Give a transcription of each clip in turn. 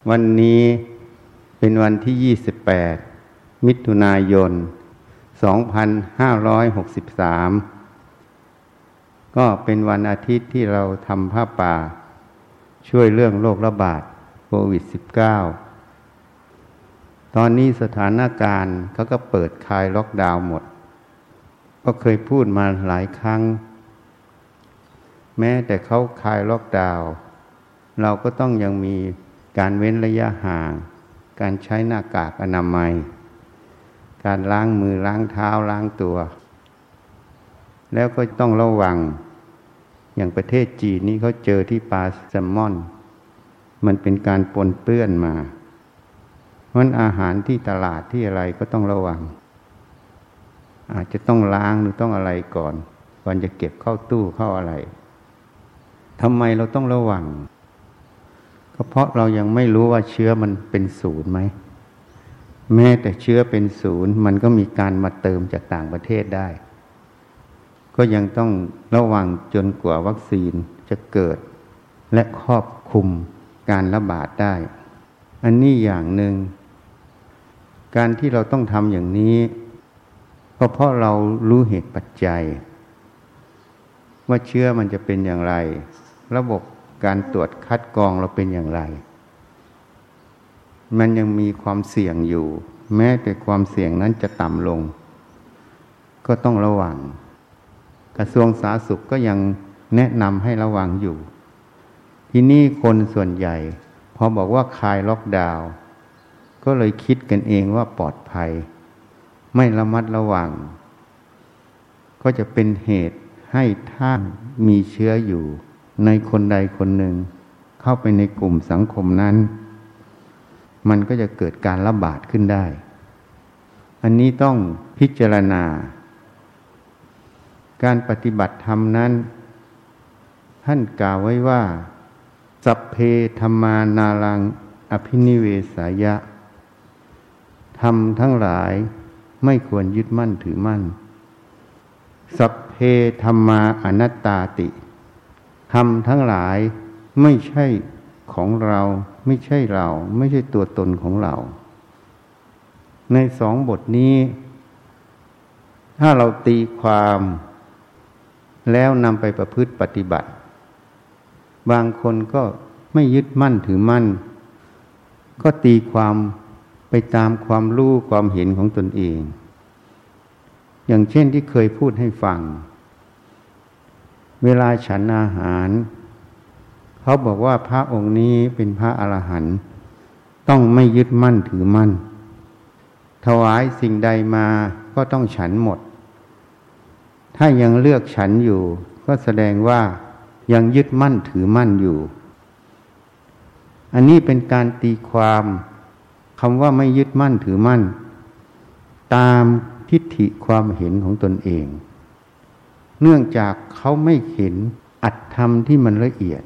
วันนี้เป็นวันที่28มิถุนายน2563ก็เป็นวันอาทิตย์ที่เราทำผ้าป่าช่วยเรื่องโรคระบาดโควิด -19 ตอนนี้สถานการณ์เขาก็เปิดคลายล็อกดาวน์หมดก็เคยพูดมาหลายครั้งแม้แต่เขาคลายล็อกดาวน์เราก็ต้องยังมีการเว้นระยะห่างการใช้หน้ากากอนามัยการล้างมือล้างเท้าล้างตัวแล้วก็ต้องระวังอย่างประเทศจีนนี่เขาเจอที่ปลาแซลมอนมันเป็นการปนเปื้อนมาเพราะอาหารที่ตลาดที่อะไรก็ต้องระวังอาจจะต้องล้างหรือต้องอะไรก่อนจะเก็บเข้าตู้เข้าอะไรทำไมเราต้องระวังก็เพราะเรายังไม่รู้ว่าเชื้อมันเป็นศูนย์ไหมแม้แต่เชื้อเป็นศูนย์มันก็มีการมาเติมจากต่างประเทศได้ก็ยังต้องระวังจนกว่าวัคซีนจะเกิดและครอบคลุมการระบาดได้อันนี้อย่างหนึ่งการที่เราต้องทำอย่างนี้ก็เพราะเรารู้เหตุปัจจัยว่าเชื้อมันจะเป็นอย่างไรระบบการตรวจคัดกรองเราเป็นอย่างไรมันยังมีความเสี่ยงอยู่แม้แต่ความเสี่ยงนั้นจะต่ำลงก็ต้องระวังกระทรวงสาธารณสุขก็ยังแนะนำให้ระวังอยู่ที่นี่คนส่วนใหญ่พอบอกว่าคลายล็อกดาวน์ก็เลยคิดกันเองว่าปลอดภัยไม่ระมัดระวังก็จะเป็นเหตุให้ถ้ามีเชื้ออยู่ในคนใดคนหนึ่งเข้าไปในกลุ่มสังคมนั้นมันก็จะเกิดการระบาดขึ้นได้อันนี้ต้องพิจารณาการปฏิบัติธรรมนั้นท่านกล่าวไว้ว่าสัพเพธัมมานารังอภินิเวสายะธรรมทั้งหลายไม่ควรยึดมั่นถือมั่นสัพเพธัมมาอนัตตาติธรรมทั้งหลายไม่ใช่ของเราไม่ใช่เราไม่ใช่ตัวตนของเราในสองบทนี้ถ้าเราตีความแล้วนำไปประพฤติปฏิบัติบางคนก็ไม่ยึดมั่นถือมั่นก็ตีความไปตามความรู้ความเห็นของตนเองอย่างเช่นที่เคยพูดให้ฟังเวลาฉันอาหารเขาบอกว่าพระองค์นี้เป็นพระอรหันต์ต้องไม่ยึดมั่นถือมั่นถวายสิ่งใดมาก็ต้องฉันหมดถ้ายังเลือกฉันอยู่ก็แสดงว่ายังยึดมั่นถือมั่นอยู่อันนี้เป็นการตีความคำว่าไม่ยึดมั่นถือมั่นตามทิฏฐิความเห็นของตนเองเนื่องจากเขาไม่เห็นอัตธรรมที่มันละเอียด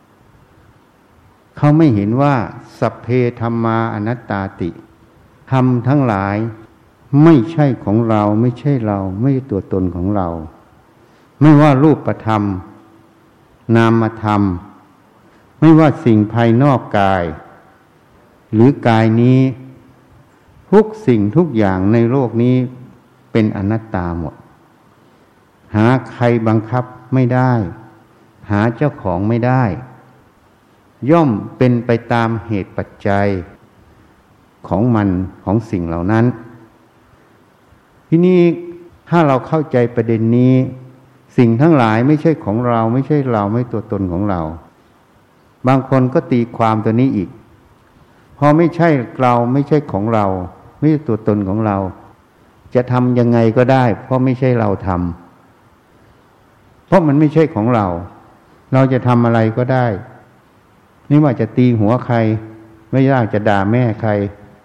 เขาไม่เห็นว่าสัพเพธัมมาอนัตตาติธรรมทั้งหลายไม่ใช่ของเราไม่ใช่เราไม่ใช่ตัวตนของเราไม่ว่ารูปธรรมนามธรรมไม่ว่าสิ่งภายนอกกายหรือกายนี้ทุกสิ่งทุกอย่างในโลกนี้เป็นอนัตตาหมดหาใครบังคับไม่ได้หาเจ้าของไม่ได้ย่อมเป็นไปตามเหตุปัจจัยของมันของสิ่งเหล่านั้นที่นี้ถ้าเราเข้าใจประเด็นนี้สิ่งทั้งหลายไม่ใช่ของเราไม่ใช่เราไม่ตัวตนของเราบางคนก็ตีความตัวนี้อีกพอไม่ใช่เราไม่ใช่ของเราไม่ใช่ตัวตนของเราจะทำยังไงก็ได้เพราะไม่ใช่เราทำเพราะมันไม่ใช่ของเราเราจะทำอะไรก็ได้ไม่ว่าจะตีหัวใครไม่ว่าจะด่าแม่ใคร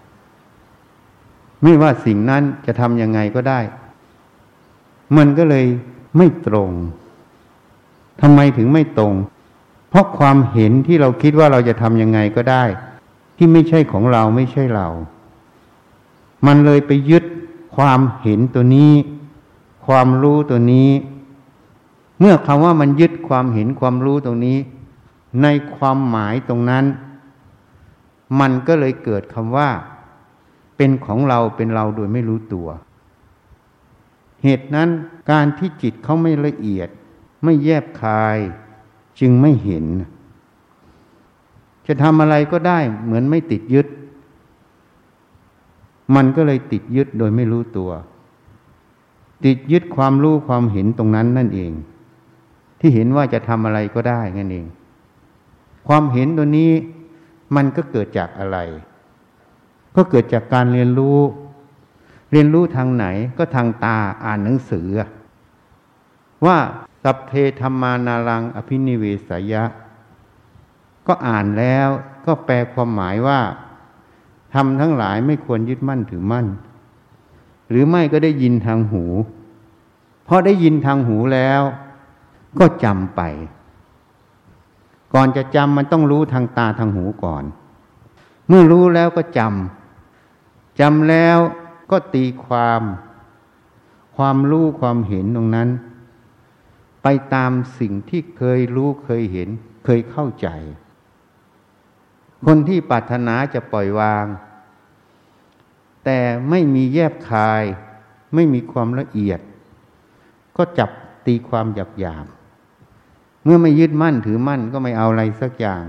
ไม่ว่าสิ่งนั้นจะทำยังไงก็ได้มันก็เลยไม่ตรงทำไมถึงไม่ตรงเพราะความเห็นที่เราคิดว่าเราจะทำยังไงก็ได้ที่ไม่ใช่ของเราไม่ใช่เรามันเลยไปยึดความเห็นตัวนี้ความรู้ตัวนี้เมื่อคำว่ามันยึดความเห็นความรู้ตรงนี้ในความหมายตรงนั้นมันก็เลยเกิดคำว่าเป็นของเราเป็นเราโดยไม่รู้ตัวเหตุนั้นการที่จิตเขาไม่ละเอียดไม่แยบคายจึงไม่เห็นจะทำอะไรก็ได้เหมือนไม่ติดยึดมันก็เลยติดยึดโดยไม่รู้ตัวติดยึดความรู้ความเห็นตรงนั้นนั่นเองที่เห็นว่าจะทำอะไรก็ได้นั่นเองความเห็นตัวนี้มันก็เกิดจากอะไรก็เกิดจากการเรียนรู้ทางไหนก็ทางตาอ่านหนังสือว่าสัพเพธัมมานารังอภินิเวสยะก็อ่านแล้วก็แปลความหมายว่าธรรมทั้งหลายไม่ควรยึดมั่นถือมั่นหรือไม่ก็ได้ยินทางหูพอได้ยินทางหูแล้วก็จำไปก่อนจะจำมันต้องรู้ทางตาทางหูก่อนเมื่อรู้แล้วก็จำแล้วก็ตีความรู้ความเห็นตรงนั้นไปตามสิ่งที่เคยรู้เคยเห็นเคยเข้าใจคนที่ปรารถนาจะปล่อยวางแต่ไม่มีแยบคายไม่มีความละเอียดก็จับตีความหยาบเมื่อไม่ยึดมั่นถือมั่นก็ไม่เอาอะไรสักอย่าง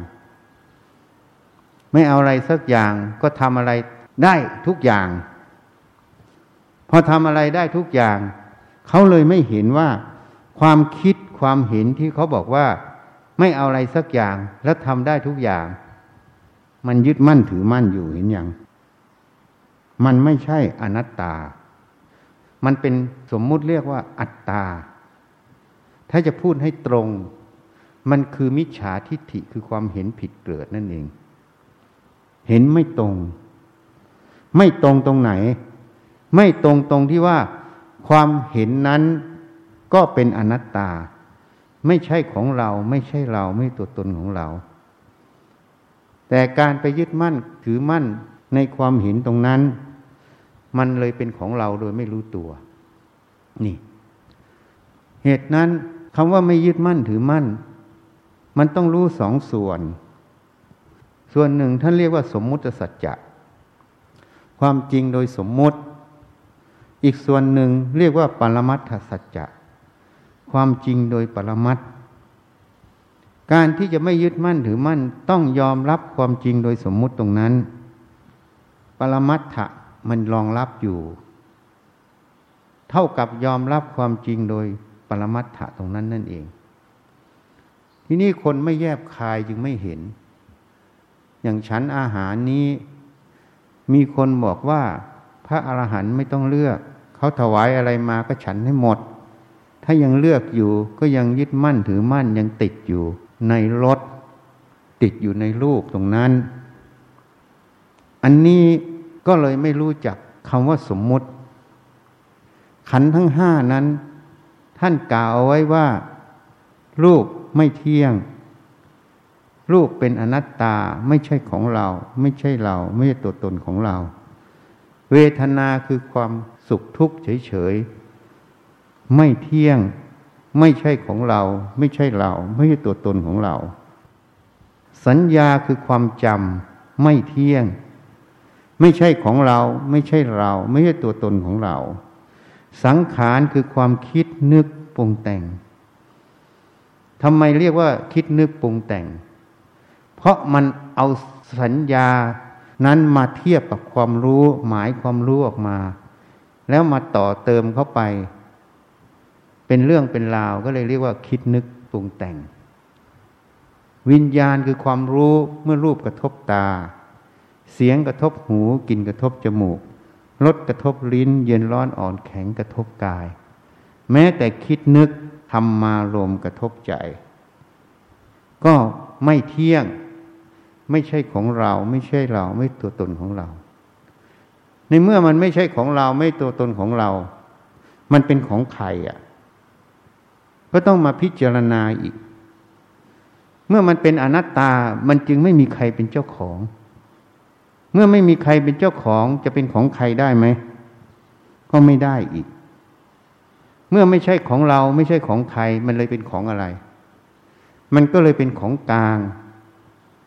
ไม่เอาอะไรสักอย่างก็ทำอะไรได้ทุกอย่างพอทำอะไรได้ทุกอย่างเขาเลยไม่เห็นว่าความคิดความเห็นที่เขาบอกว่าไม่เอาอะไรสักอย่างแล้วทำได้ทุกอย่างมันยึดมั่นถือมั่นอยู่เห็นยังมันไม่ใช่อนัตตามันเป็นสมมุติเรียกว่าอัตตาถ้าจะพูดให้ตรงมันคือมิจฉาทิฏฐิคือความเห็นผิดเกิดนั่นเองเห็นไม่ตรงตรงไหนไม่ตรงที่ว่าความเห็นนั้นก็เป็นอนัตตาไม่ใช่ของเราไม่ใช่เราไม่ตัวตนของเราแต่การไปยึดมั่นถือมั่นในความเห็นตรงนั้นมันเลยเป็นของเราโดยไม่รู้ตัวนี่เหตุนั้นคำว่าไม่ยึดมั่นถือมั่นมันต้องรู้สองส่วนหนึ่งท่านเรียกว่าสมมุติสัจจะความจริงโดยสมมุติอีกส่วนหนึ่งเรียกว่าปรมัตถสัจจะความจริงโดยปรมัตถ์การที่จะไม่ยึดมั่นถือมั่นต้องยอมรับความจริงโดยสมมุติตรงนั้นปรมัตถะมันรองรับอยู่เท่ากับยอมรับความจริงโดยปรมัตถะตรงนั้นนั่นเองที่นี่คนไม่แยบคายจึงไม่เห็นอย่างฉันอาหารนี้มีคนบอกว่าพระอรหันต์ไม่ต้องเลือกเขาถวายอะไรมาก็ฉันให้หมดถ้ายังเลือกอยู่ก็ยังยึดมั่นถือมั่นยังติดอยู่ในรสติดอยู่ในรูปตรงนั้นอันนี้ก็เลยไม่รู้จักคำว่าสมมุติขันธ์ทั้งห้านั้นท่านกล่าวเอาไว้ว่ารูปไม่เที่ยงรูปเป็นอนัตตาไม่ใช่ของเราไม่ใช่เราไม่ใช่ตัวตนของเราเวทนาคือความสุขทุกข์เฉยๆไม่เที่ยงไม่ใช่ของเราไม่ใช่เราไม่ใช่ตัวตนของเราสัญญาคือความจำไม่เที่ยงไม่ใช่ของเราไม่ใช่เราไม่ใช่ตัวตนของเราสังขารคือความคิดนึกปรุงแต่งทำไมเรียกว่าคิดนึกปรุงแต่งเพราะมันเอาสัญญานั้นมาเทียบกับความรู้หมายความรู้ออกมาแล้วมาต่อเติมเข้าไปเป็นเรื่องเป็นราวก็เลยเรียกว่าคิดนึกปรุงแต่งวิญญาณคือความรู้เมื่อรูปกระทบตาเสียงกระทบหูกลิ่นกระทบจมูกรสกระทบลิ้นเย็นร้อนอ่อนแข็งกระทบกายแม้แต่คิดนึกธรรมารมณ์กระทบใจก็ไม่เที่ยงไม่ใช่ของเราไม่ใช่เราไม่ตัวตนของเราในเมื่อมันไม่ใช่ของเราไม่ตัวตนของเรามันเป็นของใครก็ต้องมาพิจารณาอีกเมื่อมันเป็นอนัตตามันจึงไม่มีใครเป็นเจ้าของเมื่อไม่มีใครเป็นเจ้าของจะเป็นของใครได้ไหมก็ไม่ได้อีกเมื่อไม่ใช่ของเราไม่ใช่ของใครมันเลยเป็นของอะไรมันก็เลยเป็นของกลาง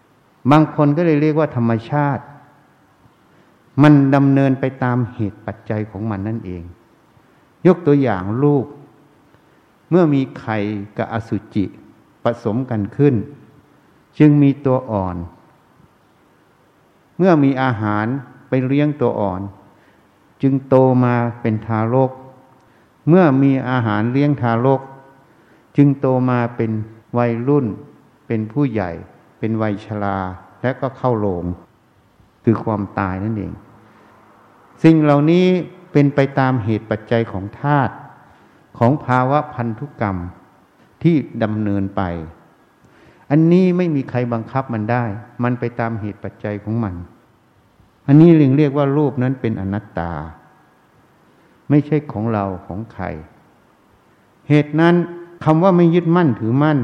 บางคนก็เลยเรียกว่าธรรมชาติมันดำเนินไปตามเหตุปัจจัยของมันนั่นเองยกตัวอย่างลูกเมื่อมีไข่กับอสุจิผสมกันขึ้นจึงมีตัวอ่อนเมื่อมีอาหารไปเลี้ยงตัวอ่อนจึงโตมาเป็นทารกเมื่อมีอาหารเลี้ยงทารกจึงโตมาเป็นวัยรุ่นเป็นผู้ใหญ่เป็นวัยชราและก็เข้าโรงคือความตายนั่นเองสิ่งเหล่านี้เป็นไปตามเหตุปัจจัยของธาตุของภาวะพันธุกรรมที่ดำเนินไปอันนี้ไม่มีใครบังคับมันได้มันไปตามเหตุปัจจัยของมันอันนี้เรียกว่ารูปนั้นเป็นอนัตตาไม่ใช่ของเราของใครเหตุนั้นคำว่าไม่ยึดมั่นถือมั่น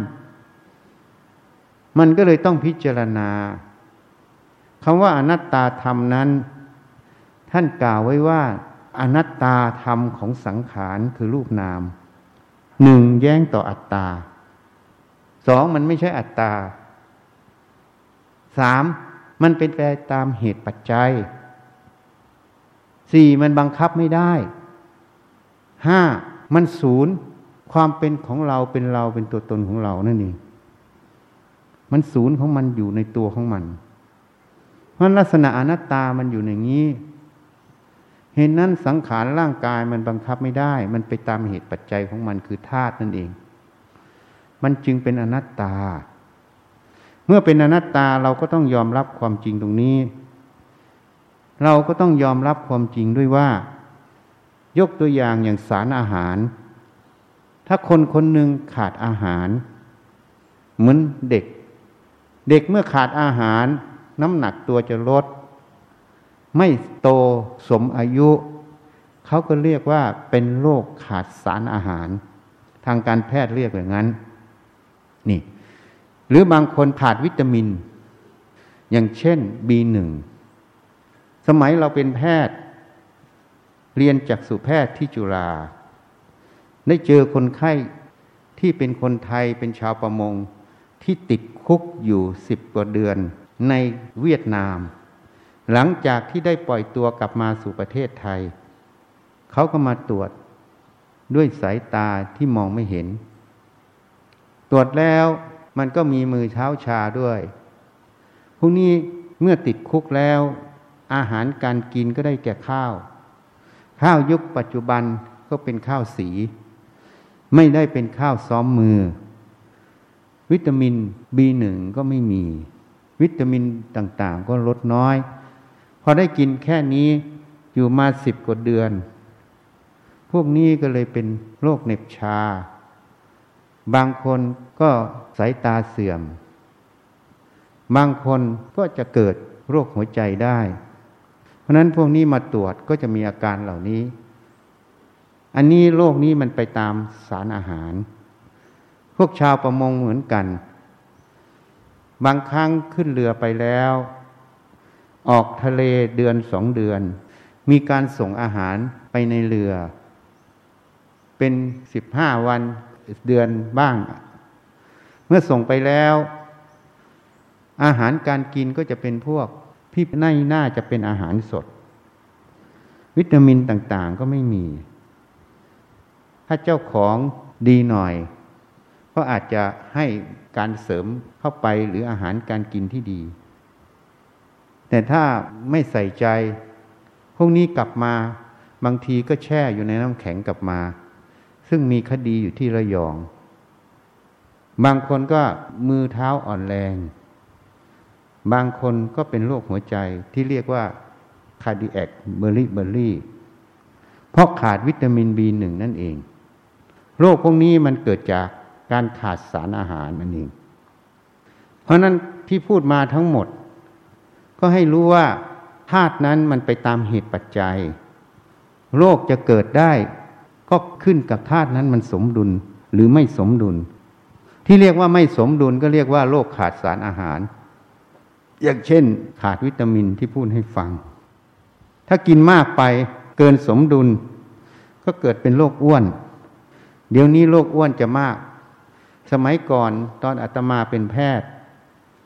มันก็เลยต้องพิจารณาคำว่าอนัตตาธรรมนั้นท่านกล่าวไว้ว่าอนัตตาธรรมของสังขารคือรูปนามหนึ่งแย้งต่ออัตตาสองมันไม่ใช่อัตตาสามมันเป็นไปตามเหตุปัจจัยสี่มันบังคับไม่ได้ห้ามันศูนย์ความเป็นของเราเป็นเราเป็นตัวตนของเรานั่นเองมันศูนย์ของมันอยู่ในตัวของมันเพราะลักษณะอนัตตามันอยู่อย่างนี้เหตุนั้นสังขารร่างกายมันบังคับไม่ได้มันไปตามเหตุปัจจัยของมันคือธาตุนั่นเองมันจึงเป็นอนัตตาเมื่อเป็นอนัตตาเราก็ต้องยอมรับความจริงตรงนี้เราก็ต้องยอมรับความจริงด้วยว่ายกตัวอย่างสารอาหารถ้าคนคนหนึ่งขาดอาหารเหมือนเด็กเมื่อขาดอาหารน้ำหนักตัวจะลดไม่โตสมอายุเขาก็เรียกว่าเป็นโรคขาดสารอาหารทางการแพทย์เรียกอย่างนั้นนี่หรือบางคนขาดวิตามินอย่างเช่น B1 สมัยเราเป็นแพทย์เรียนจักษุแพทย์ที่จุฬาได้เจอคนไข้ที่เป็นคนไทยเป็นชาวประมงที่ติดคุกอยู่10 กว่าเดือนในเวียดนามหลังจากที่ได้ปล่อยตัวกลับมาสู่ประเทศไทยเขาก็มาตรวจด้วยสายตาที่มองไม่เห็นตรวจแล้วมันก็มีมือเท้าชาด้วยพวกนี้เมื่อติดคุกแล้วอาหารการกินก็ได้แก่ข้าวยุคปัจจุบันก็เป็นข้าวสีไม่ได้เป็นข้าวซ้อมมือวิตามิน B1 ก็ไม่มีวิตามินต่างๆก็ลดน้อยพอได้กินแค่นี้อยู่มา10 กว่าเดือนพวกนี้ก็เลยเป็นโรคเหน็บชาบางคนก็สายตาเสื่อมบางคนก็จะเกิดโรคหัวใจได้เพราะนั้นพวกนี้มาตรวจก็จะมีอาการเหล่านี้อันนี้โรคนี้มันไปตามสารอาหารพวกชาวประมงเหมือนกันบางครั้งขึ้นเรือไปแล้วออกทะเลเดือน2 เดือนมีการส่งอาหารไปในเรือเป็น15 วันเดือนบ้างเมื่อส่งไปแล้วอาหารการกินก็จะเป็นพวกที่น่าจะเป็นอาหารสดวิตามินต่างๆก็ไม่มีถ้าเจ้าของดีหน่อยก็อาจจะให้การเสริมเข้าไปหรืออาหารการกินที่ดีแต่ถ้าไม่ใส่ใจพวกนี้กลับมาบางทีก็แช่อยู่ในน้ำแข็งกลับมาซึ่งมีคดีอยู่ที่ระยองบางคนก็มือเท้าอ่อนแรงบางคนก็เป็นโรคหัวใจที่เรียกว่า cardiac beriberi เพราะขาดวิตามิน B1 นั่นเองโรคพวกนี้มันเกิดจากการขาดสารอาหารนั่นเองเพราะนั้นที่พูดมาทั้งหมดก็ให้รู้ว่าธาตุนั้นมันไปตามเหตุปัจจัยโรคจะเกิดได้ก็ขึ้นกับธาตุนั้นมันสมดุลหรือไม่สมดุลที่เรียกว่าไม่สมดุลก็เรียกว่าโรคขาดสารอาหารอย่างเช่นขาดวิตามินที่พูดให้ฟังถ้ากินมากไปเกินสมดุลก็เกิดเป็นโรคอ้วนเดี๋ยวนี้โรคอ้วนจะมากสมัยก่อนตอนอาตมาเป็นแพทย์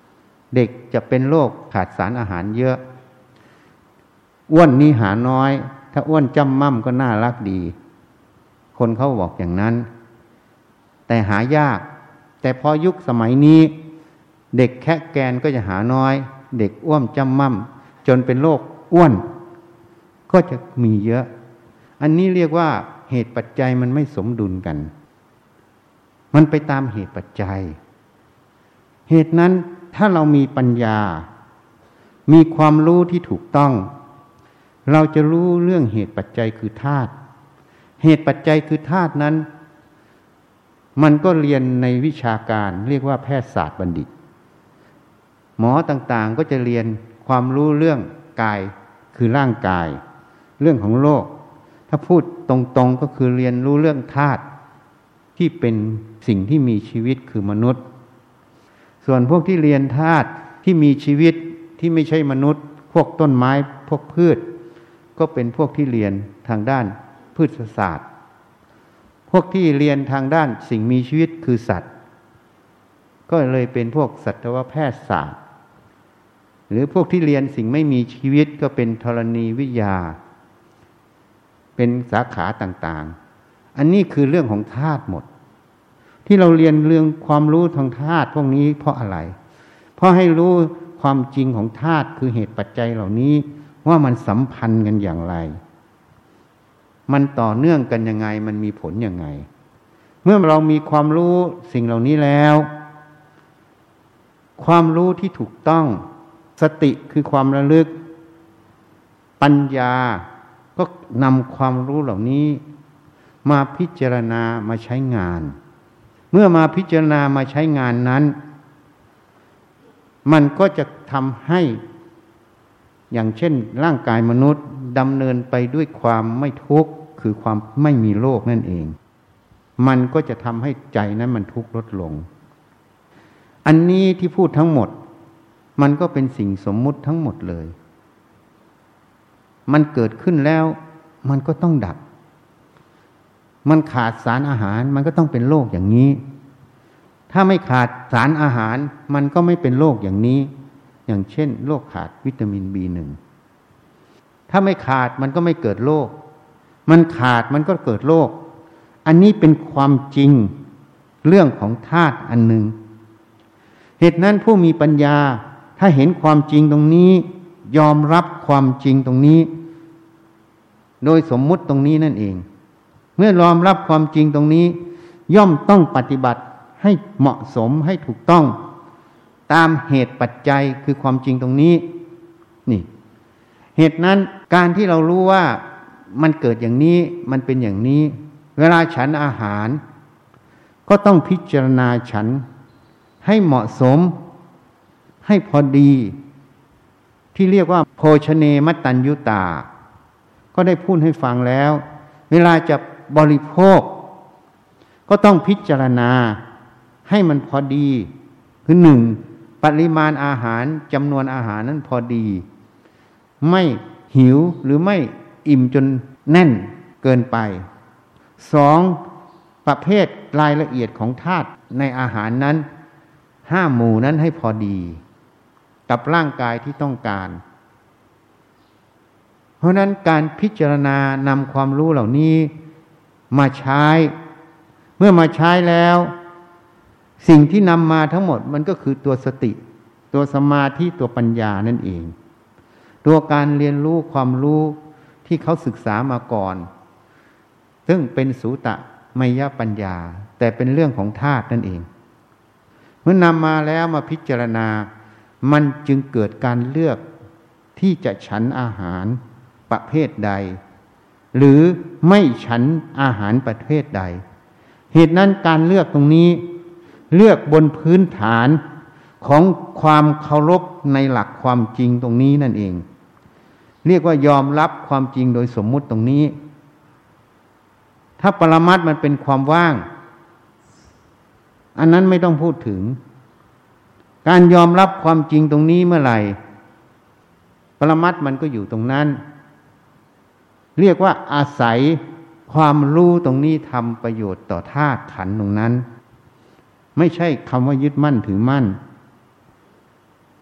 เด็กจะเป็นโรคขาดสารอาหารเยอะอ้วนนี่หาน้อยถ้าอ้วนจ้ำม่ำก็น่ารักดีคนเขาบอกอย่างนั้นแต่หายากแต่พอยุคสมัยนี้เด็กแค่แกนก็จะหาน้อยเด็กอ้วนจ้ำม่ำจนเป็นโรคอ้วนก็จะมีเยอะอันนี้เรียกว่าเหตุปัจจัยมันไม่สมดุลกันมันไปตามเหตุปัจจัยเหตุนั้นถ้าเรามีปัญญามีความรู้ที่ถูกต้องเราจะรู้เรื่องเหตุปัจจัยคือธาตุเหตุปัจจัยคือธาตุนั้นมันก็เรียนในวิชาการเรียกว่าแพทยศาสตร์บัณฑิตหมอต่างๆก็จะเรียนความรู้เรื่องกายคือร่างกายเรื่องของโลกถ้าพูดตรงๆก็คือเรียนรู้เรื่องธาตุที่เป็นสิ่งที่มีชีวิตคือมนุษย์ส่วนพวกที่เรียนธาตุที่มีชีวิตที่ไม่ใช่มนุษย์พวกต้นไม้พวกพืชก็เป็นพวกที่เรียนทางด้านพืชศาสตร์พวกที่เรียนทางด้านสิ่งมีชีวิตคือสัตว์ก็เลยเป็นพวกสัตวแพทยศาสตร์หรือพวกที่เรียนสิ่งไม่มีชีวิตก็เป็นธรณีวิทยาเป็นสาขาต่างๆอันนี้คือเรื่องของธาตุหมดที่เราเรียนเรื่องความรู้ทางธาตุพวกนี้เพราะอะไรเพราะให้รู้ความจริงของธาตุคือเหตุปัจจัยเหล่านี้ว่ามันสัมพันธ์กันอย่างไรมันต่อเนื่องกันยังไงมันมีผลยังไงเมื่อเรามีความรู้สิ่งเหล่านี้แล้วความรู้ที่ถูกต้องสติคือความระลึกปัญญาก็นำความรู้เหล่านี้มาพิจารณามาใช้งานเมื่อมาพิจารณามาใช้งานนั้นมันก็จะทำให้อย่างเช่นร่างกายมนุษย์ดำเนินไปด้วยความไม่ทุกข์คือความไม่มีโรคนั่นเองมันก็จะทำให้ใจนั้นมันทุกข์ลดลงอันนี้ที่พูดทั้งหมดมันก็เป็นสิ่งสมมุติทั้งหมดเลยมันเกิดขึ้นแล้วมันก็ต้องดับมันขาดสารอาหารมันก็ต้องเป็นโรคอย่างนี้ถ้าไม่ขาดสารอาหารมันก็ไม่เป็นโรคอย่างนี้อย่างเช่นโรคขาดวิตามิน B1 ถ้าไม่ขาดมันก็ไม่เกิดโรคมันขาดมันก็เกิดโรคอันนี้เป็นความจริงเรื่องของธาตุอันหนึ่งเหตุนั้นผู้มีปัญญาถ้าเห็นความจริงตรงนี้ยอมรับความจริงตรงนี้โดยสมมุติตรงนี้นั่นเองเมื่อยอมรับความจริงตรงนี้ย่อมต้องปฏิบัติให้เหมาะสมให้ถูกต้องตามเหตุปัจจัยคือความจริงตรงนี้นี่เหตุนั้นการที่เรารู้ว่ามันเกิดอย่างนี้มันเป็นอย่างนี้เวลาฉันอาหารก็ต้องพิจารณาฉันให้เหมาะสมให้พอดีที่เรียกว่าโภชเนมัตตัญญุตาก็ได้พูดให้ฟังแล้วเวลาจะบริโภคก็ต้องพิจารณาให้มันพอดีคือหนึ่งปริมาณอาหารจำนวนอาหารนั้นพอดีไม่หิวหรือไม่อิ่มจนแน่นเกินไปสองประเภทรายละเอียดของธาตุในอาหารนั้นห้าหมู่นั้นให้พอดีกับร่างกายที่ต้องการเพราะนั้นการพิจารณานำความรู้เหล่านี้มาใช้เมื่อมาใช้แล้วสิ่งที่นำมาทั้งหมดมันก็คือตัวสติตัวสมาธิตัวปัญญานั่นเองตัวการเรียนรู้ความรู้ที่เขาศึกษามาก่อนซึ่งเป็นสูตะไมยปัญญาแต่เป็นเรื่องของธาตุนั่นเองเมื่อนำมาแล้วมาพิจารณามันจึงเกิดการเลือกที่จะฉันอาหารประเภทใดหรือไม่ฉันอาหารประเภทใดเหตุนั้นการเลือกตรงนี้เลือกบนพื้นฐานของความเคารพในหลักความจริงตรงนี้นั่นเองเรียกว่ายอมรับความจริงโดยสมมุติตรงนี้ถ้าปรมัตถ์มันเป็นความว่างอันนั้นไม่ต้องพูดถึงการยอมรับความจริงตรงนี้เมื่อไหร่ปรมัตถ์มันก็อยู่ตรงนั้นเรียกว่าอาศัยความรู้ตรงนี้ทำประโยชน์ต่อธาตุขันธ์ตรงนั้นไม่ใช่คำว่ายึดมั่นถือมั่น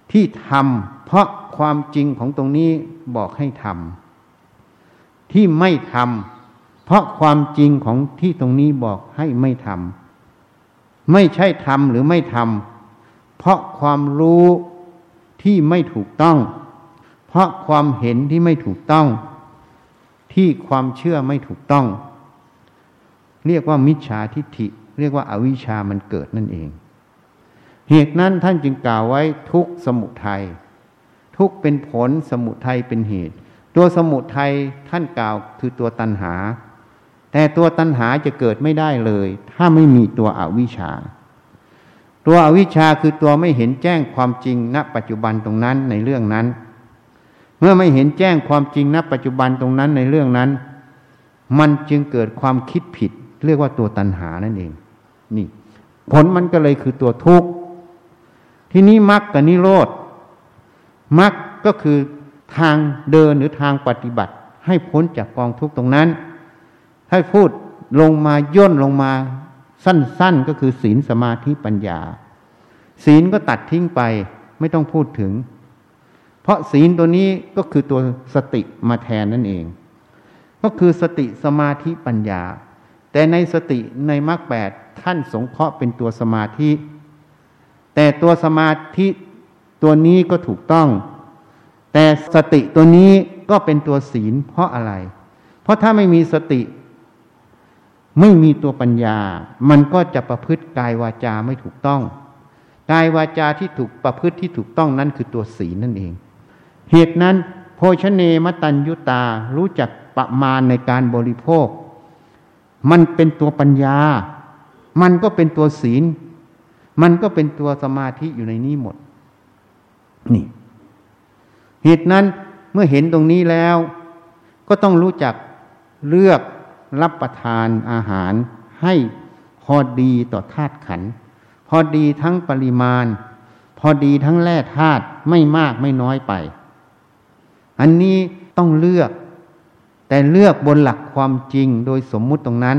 ที่ทำเพราะความจริงของตรงนี้บอกให้ทำที่ไม่ทำเพราะความจริงของที่ตรงนี้บอกให้ไม่ทำไม่ใช่ทำหรือไม่ทำเพราะความรู้ที่ไม่ถูกต้องเพราะความเห็นที่ไม่ถูกต้องที่ความเชื่อไม่ถูกต้องเรียกว่ามิจฉาทิฏฐิเรียกว่าอวิชชามันเกิดนั่นเองเหตุนั้นท่านจึงกล่าวไว้ทุกข์สมุทัยทุกข์เป็นผลสมุทัยเป็นเหตุตัวสมุทัยท่านกล่าวคือตัวตัณหาแต่ตัวตัณหาจะเกิดไม่ได้เลยถ้าไม่มีตัวอวิชชาตัวอวิชชาคือตัวไม่เห็นแจ้งความจริงณปัจจุบันตรงนั้นในเรื่องนั้นเมื่อไม่เห็นแจ้งความจริงณปัจจุบันตรงนั้นในเรื่องนั้นมันจึงเกิดความคิดผิดเรียกว่าตัวตัณหานั่นเองนี่ผลมันก็เลยคือตัวทุกข์ทีนี้มรรคกับนิโรธมรรคก็คือทางเดินหรือทางปฏิบัติให้พ้นจากกองทุกข์ตรงนั้นให้พูดลงมาย่นลงมาสั้นๆก็คือศีลสมาธิปัญญาศีลก็ตัดทิ้งไปไม่ต้องพูดถึงเพราะศีลตัวนี้ก็คือตัวสติมาแทนนั่นเองก็คือสติสมาธิปัญญาแต่ในสติในมรรค8ท่านสงเคราะห์เป็นตัวสมาธิแต่ตัวสมาธิตัวนี้ก็ถูกต้องแต่สติตัวนี้ก็เป็นตัวศีลเพราะอะไรเพราะถ้าไม่มีสติไม่มีตัวปัญญามันก็จะประพฤติกายวาจาไม่ถูกต้องกายวาจาที่ถูกประพฤติที่ถูกต้องนั้นคือตัวศีลนั่นเองเหตุนั้นโภชเนมตัญญุตารู้จักประมาณในการบริโภคมันเป็นตัวปัญญามันก็เป็นตัวศีลมันก็เป็นตัวสมาธิอยู่ในนี้หมดนี่เหตุนั้นเมื่อเห็นตรงนี้แล้วก็ต้องรู้จักเลือกรับประทานอาหารให้พอดีต่อธาตุขันธ์พอดีทั้งปริมาณพอดีทั้งแร่ธาตุไม่มากไม่น้อยไปอันนี้ต้องเลือกแต่เลือกบนหลักความจริงโดยสมมุติตรงนั้น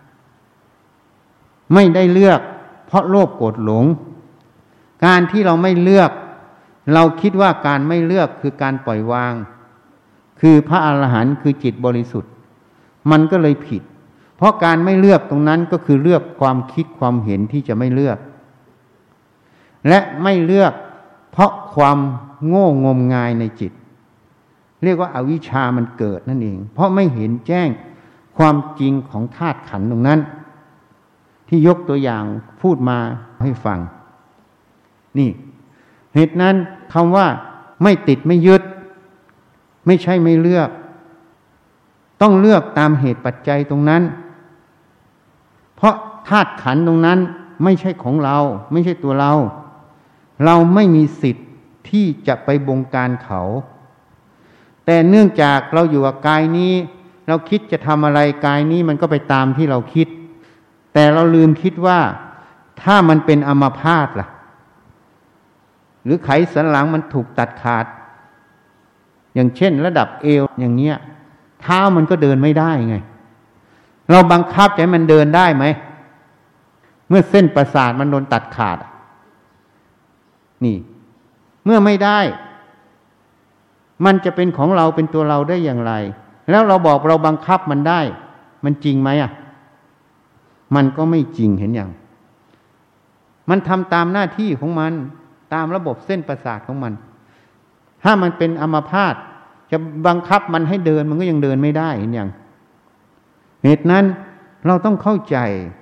ไม่ได้เลือกเพราะโลภโกรธหลงการที่เราไม่เลือกเราคิดว่าการไม่เลือกคือการปล่อยวางคือพระอรหันต์คือจิตบริสุทธิ์มันก็เลยผิดเพราะการไม่เลือกตรงนั้นก็คือเลือกความคิดความเห็นที่จะไม่เลือกและไม่เลือกเพราะความโง่งมงายในจิตเรียกว่าอวิชชามันเกิดนั่นเองเพราะไม่เห็นแจ้งความจริงของธาตุขันธ์ตรงนั้นที่ยกตัวอย่างพูดมาให้ฟังนี่เหตุนั้นคำว่าไม่ติดไม่ยึดไม่ใช่ไม่เลือกต้องเลือกตามเหตุปัจจัยตรงนั้นเพราะธาตุขันธ์ตรงนั้นไม่ใช่ของเราไม่ใช่ตัวเราเราไม่มีสิทธิ์ที่จะไปบงการเขาแต่เนื่องจากเราอยู่กับกายนี้เราคิดจะทำอะไรกายนี้มันก็ไปตามที่เราคิดแต่เราลืมคิดว่าถ้ามันเป็นอัมพาตล่ะหรือไขสันหลังมันถูกตัดขาดอย่างเช่นระดับเอวอย่างเงี้ยเท้ามันก็เดินไม่ได้ไงเราบังคับให้มันเดินได้ไหมเมื่อเส้นประสาทมันโดนตัดขาดนี่เมื่อไม่ได้มันจะเป็นของเราเป็นตัวเราได้อย่างไรแล้วเราบอกเราบังคับมันได้มันจริงไหมมันก็ไม่จริงเห็นอย่างมันทำตามหน้าที่ของมันตามระบบเส้นประสาทของมันถ้ามันเป็นอัมพาตจะบังคับมันให้เดินมันก็ยังเดินไม่ได้เห็นอย่างเหตุนั้นเราต้องเข้าใจ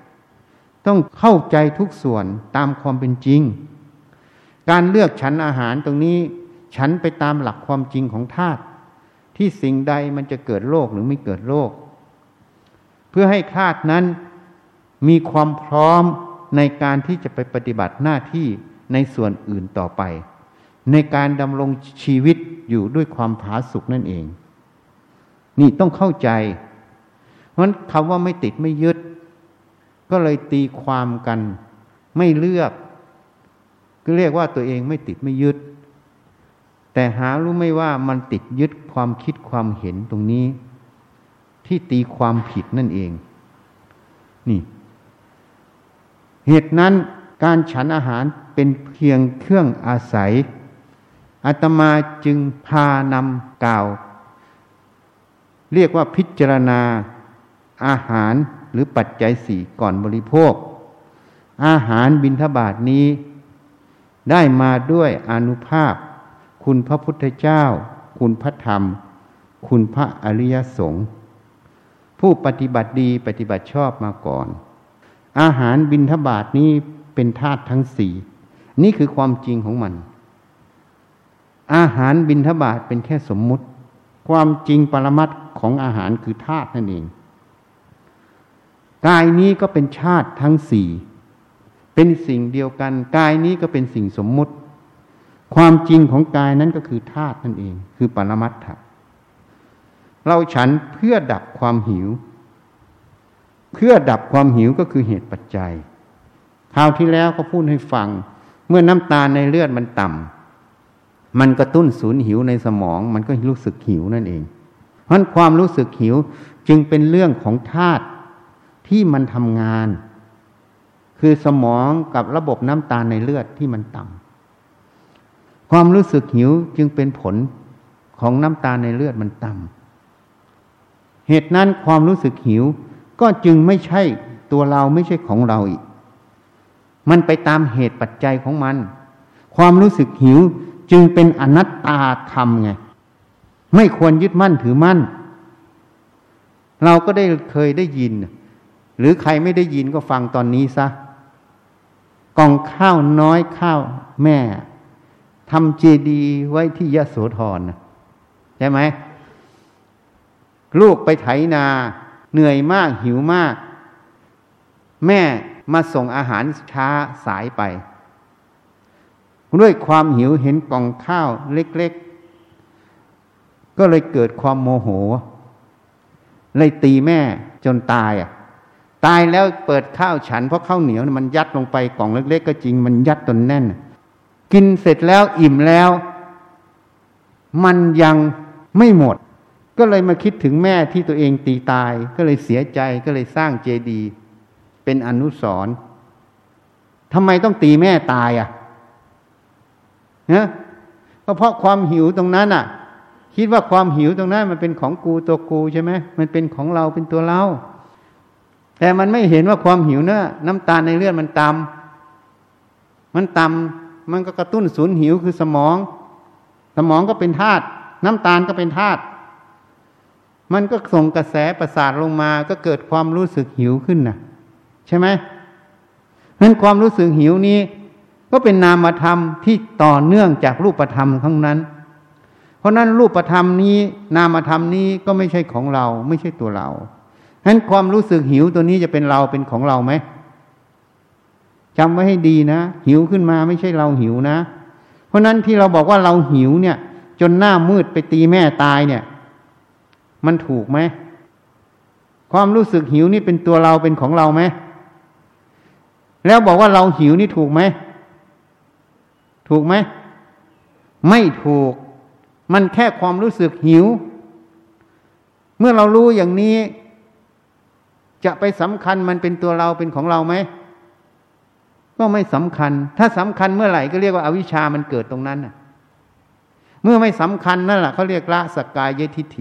ทุกส่วนตามความเป็นจริงการเลือกฉันอาหารตรงนี้ฉันไปตามหลักความจริงของธาตุที่สิ่งใดมันจะเกิดโรคหรือไม่เกิดโรคเพื่อให้ธาตุนั้นมีความพร้อมในการที่จะไปปฏิบัติหน้าที่ในส่วนอื่นต่อไปในการดำรงชีวิตอยู่ด้วยความผาสุกนั่นเองนี่ต้องเข้าใจเพราะฉะนั้นคำว่าไม่ติดไม่ยึดก็เลยตีความกันไม่เลือกก็เรียกว่าตัวเองไม่ติดไม่ยึดแต่หารู้ไม่ว่ามันติดยึดความคิดความเห็นตรงนี้ที่ตีความผิดนั่นเองนี่เหตุนั้นการฉันอาหารเป็นเพียงเครื่องอาศัยอาตมาจึงพานำกล่าวเรียกว่าพิจารณาอาหารหรือปัจจัยสี่ก่อนบริโภคอาหารบิณฑบาตนี้ได้มาด้วยอานุภาพคุณพระพุทธเจ้าคุณพระธรรมคุณพระอริยสงฆ์ผู้ปฏิบัติดีปฏิบัติชอบมาก่อนอาหารบิณฑบาตนี้เป็นธาตุทั้งสี่นี่คือความจริงของมันอาหารบิณฑบาตเป็นแค่สมมุติความจริงปรมัตถ์ของอาหารคือธาตุนั่นเองกายนี้ก็เป็นธาตุทั้งสี่เป็นสิ่งเดียวกันกายนี้ก็เป็นสิ่งสมมุติความจริงของกายนั้นก็คือธาตุนั่นเองคือปรมัตถ์เราฉันเพื่อดับความหิวเพื่อดับความหิวก็คือเหตุปัจจัยคราวที่แล้วก็พูดให้ฟังเมื่อน้ำตาลในเลือดมันต่ำมันกระตุ้นศูนย์หิวในสมองมันก็รู้สึกหิวนั่นเองเพราะความรู้สึกหิวจึงเป็นเรื่องของธาตุที่มันทำงานคือสมองกับระบบน้ำตาลในเลือดที่มันต่ำความรู้สึกหิวจึงเป็นผลของน้ำตาลในเลือดมันต่ำเหตุนั้นความรู้สึกหิวก็จึงไม่ใช่ตัวเราไม่ใช่ของเราอีกมันไปตามเหตุปัจจัยของมันความรู้สึกหิวจึงเป็นอนัตตาธรรมไงไม่ควรยึดมั่นถือมั่นเราก็เคยได้ยินหรือใครไม่ได้ยินก็ฟังตอนนี้ซะกล่องข้าวน้อยข้าวแม่ทำเจดีย์ไว้ที่ยโสธรใช่ไหมลูกไปไถนาเหนื่อยมากหิวมากแม่มาส่งอาหารช้าสายไปด้วยความหิวเห็นกล่องข้าวเล็กๆก็เลยเกิดความโมโหเลยตีแม่จนตายตายแล้วเปิดข้าวฉันเพราะข้าวเหนียวมันยัดลงไปกล่องเล็กๆก็จริงมันยัดจนแน่นกินเสร็จแล้วอิ่มแล้วมันยังไม่หมดก็เลยมาคิดถึงแม่ที่ตัวเองตีตายก็เลยเสียใจก็เลยสร้างเจดีย์เป็นอนุสรณ์ทำไมต้องตีแม่ตายนะก็เพราะความหิวตรงนั้นคิดว่าความหิวตรงนั้นมันเป็นของกูตัวกูใช่ไหมมันเป็นของเราเป็นตัวเราแต่มันไม่เห็นว่าความหิวเนี่ยน้ำตาลในเลือดมันต่ำมันก็กระตุ้นศูนย์หิวคือสมองก็เป็นธาตุน้ำตาลก็เป็นธาตุมันก็ส่งกระแสประสาทลงมาก็เกิดความรู้สึกหิวขึ้นใช่ไหมนั้นความรู้สึกหิวนี้ก็เป็นนามธรรมที่ต่อเนื่องจากรูปธรรมทั้งนั้นเพราะนั้นรูปธรรมนี้นามธรรมนี้ก็ไม่ใช่ของเราไม่ใช่ตัวเราฉะนั้นความรู้สึกหิวตัวนี้จะเป็นเราเป็นของเราไหมจำไว้ให้ดีนะหิวขึ้นมาไม่ใช่เราหิวนะเพราะนั้นที่เราบอกว่าเราหิวเนี่ยจนหน้ามืดไปตีแม่ตายเนี่ยมันถูกไหมความรู้สึกหิวนี่เป็นตัวเราเป็นของเราไหมแล้วบอกว่าเราหิวนี่ถูกไหมถูกไหมไม่ถูกมันแค่ความรู้สึกหิวเมื่อเรารู้อย่างนี้จะไปสำคัญมันเป็นตัวเราเป็นของเราไหมก็ไม่สำคัญถ้าสำคัญเมื่อไหร่ก็เรียกว่าอวิชชามันเกิดตรงนั้นเมื่อไม่สำคัญนั่นแหละเขาเรียกละสักกายทิฏฐิ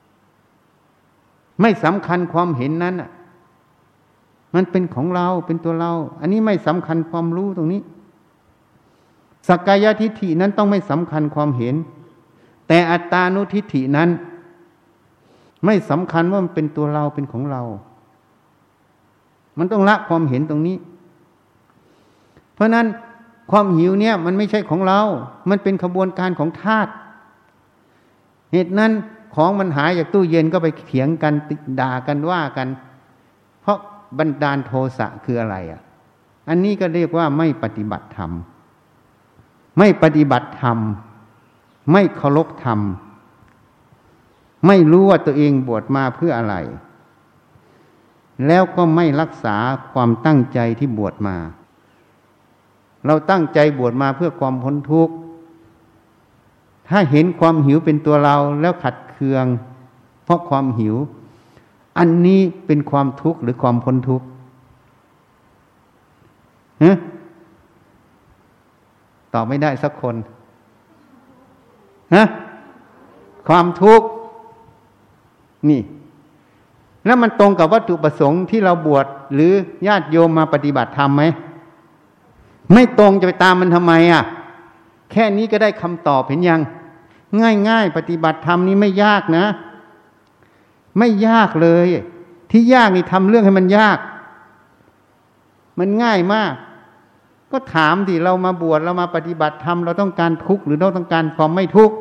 ไม่สำคัญความเห็นนั้นมันเป็นของเราเป็นตัวเราอันนี้ไม่สำคัญความรู้ตรงนี้สักกายทิฏฐินั้นต้องไม่สำคัญความเห็นแต่อัตตานุทิฏฐินั้นไม่สำคัญว่ามันเป็นตัวเราเป็นของเรามันต้องละความเห็นตรงนี้เพราะนั้นความหิวเนี่ยมันไม่ใช่ของเรามันเป็นขบวนการของธาตุเหตุนั้นของมันหายจากตู้เย็นก็ไปเถียงกันด่ากันว่ากันเพราะบันดาลโทสะคืออะไรอันนี้ก็เรียกว่าไม่ปฏิบัติธรรมไม่ปฏิบัติธรรมไม่เคารพธรรมไม่รู้ว่าตัวเองบวชมาเพื่ออะไรแล้วก็ไม่รักษาความตั้งใจที่บวชมาเราตั้งใจบวชมาเพื่อความพ้นทุกข์ถ้าเห็นความหิวเป็นตัวเราแล้วขัดเคืองเพราะความหิวอันนี้เป็นความทุกข์หรือความพ้นทุกข์ตอบไม่ได้สักคนฮะความทุกข์นี่แล้วมันตรงกับวัตถุประสงค์ที่เราบวชหรือญาติโยมมาปฏิบัติธรรมไหมไม่ตรงจะไปตามมันทำไมอ่ะแค่นี้ก็ได้คำตอบเห็นยังง่ายๆปฏิบัติธรรมนี้ไม่ยากนะไม่ยากเลยที่ยากนี่ทำเรื่องให้มันยากมันง่ายมากก็ถามดิเรามาบวชเรามาปฏิบัติธรรมเราต้องการทุกข์หรือเราต้องการความไม่ทุกข์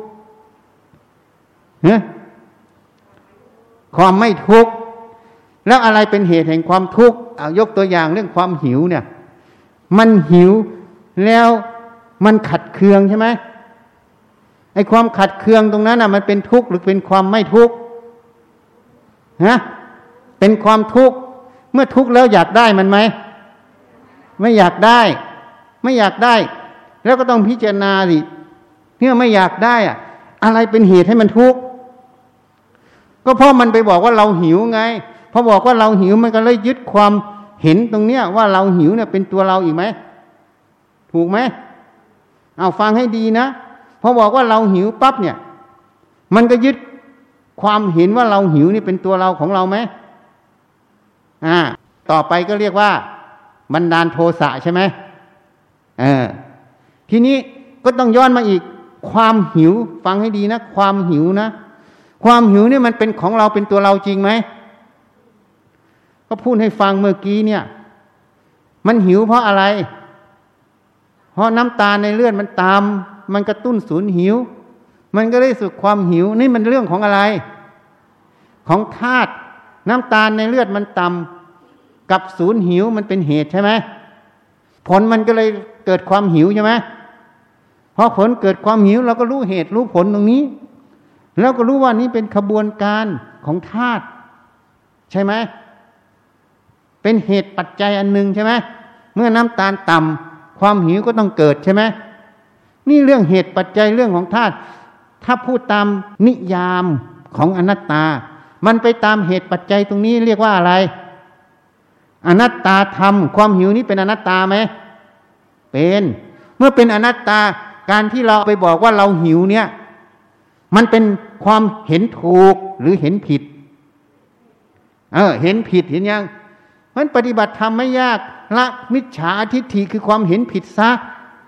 ความไม่ทุกข์แล้วอะไรเป็นเหตุแห่งความทุกข์ยกตัวอย่างเรื่องความหิวเนี่ยมันหิวแล้วมันขัดเคืองใช่ไหมไอ้ความขัดเคืองตรงนั้นน่ะมันเป็นทุกข์หรือเป็นความไม่ทุกข์เป็นความทุกข์เมื่อทุกข์แล้วอยากได้มันไหมไม่อยากได้ไม่อยากได้แล้วก็ต้องพิจารณาสิเมื่อไม่อยากได้อะไรเป็นเหตุให้มันทุกข์ก็เพราะมันไปบอกว่าเราหิวไงพอบอกว่าเราหิวมันก็เลยยึดความเห็นตรงเนี้ยว่าเราหิวเนี่ยเป็นตัวเราอีกไหมถูกไหมเอาฟังให้ดีนะพอบอกว่าเราหิวปั๊บเนี่ยมันก็ยึดความเห็นว่าเราหิวนี่เป็นตัวเราของเราไหมต่อไปก็เรียกว่าบันดาลโทสะใช่ไหมทีนี้ก็ต้องย้อนมาอีกความหิวฟังให้ดีนะความหิวนะความหิวเนี่ยมันเป็นของเราเป็นตัวเราจริงไหมก็พูดให้ฟังเมื่อกี้เนี่ยมันหิวเพราะอะไรเพราะน้ำตาลในเลือดมันตามมันกระตุ้นศูนย์หิวมันก็ได้สุดความหิวนี่มันเรื่องของอะไรของธาตุน้ำตาลในเลือดมันต่ำกับศูนย์หิวมันเป็นเหตุใช่ไหมผลมันก็เลยเกิดความหิวใช่ไหมพอผลเกิดความหิวเราก็รู้เหตุรู้ผลตรงนี้แล้วก็รู้ว่านี่เป็นขบวนการของธาตุใช่ไหมเป็นเหตุปัจจัยอันหนึ่งใช่ไหมเมื่อน้ำตาลต่ำความหิวก็ต้องเกิดใช่ไหมนี่เรื่องเหตุปัจจัยเรื่องของธาตุถ้าพูดตามนิยามของอนัตตามันไปตามเหตุปัจจัยตรงนี้เรียกว่าอะไรอนัตตาธรรมความหิวนี้เป็นอนัตตาไหมเป็นเมื่อเป็นอนัตตาการที่เราไปบอกว่าเราหิวเนี่ยมันเป็นความเห็นถูกหรือเห็นผิดเห็นผิดเห็นยังมันปฏิบัติธรรมไม่ยากละมิจฉาทิฏฐิคือความเห็นผิดซะ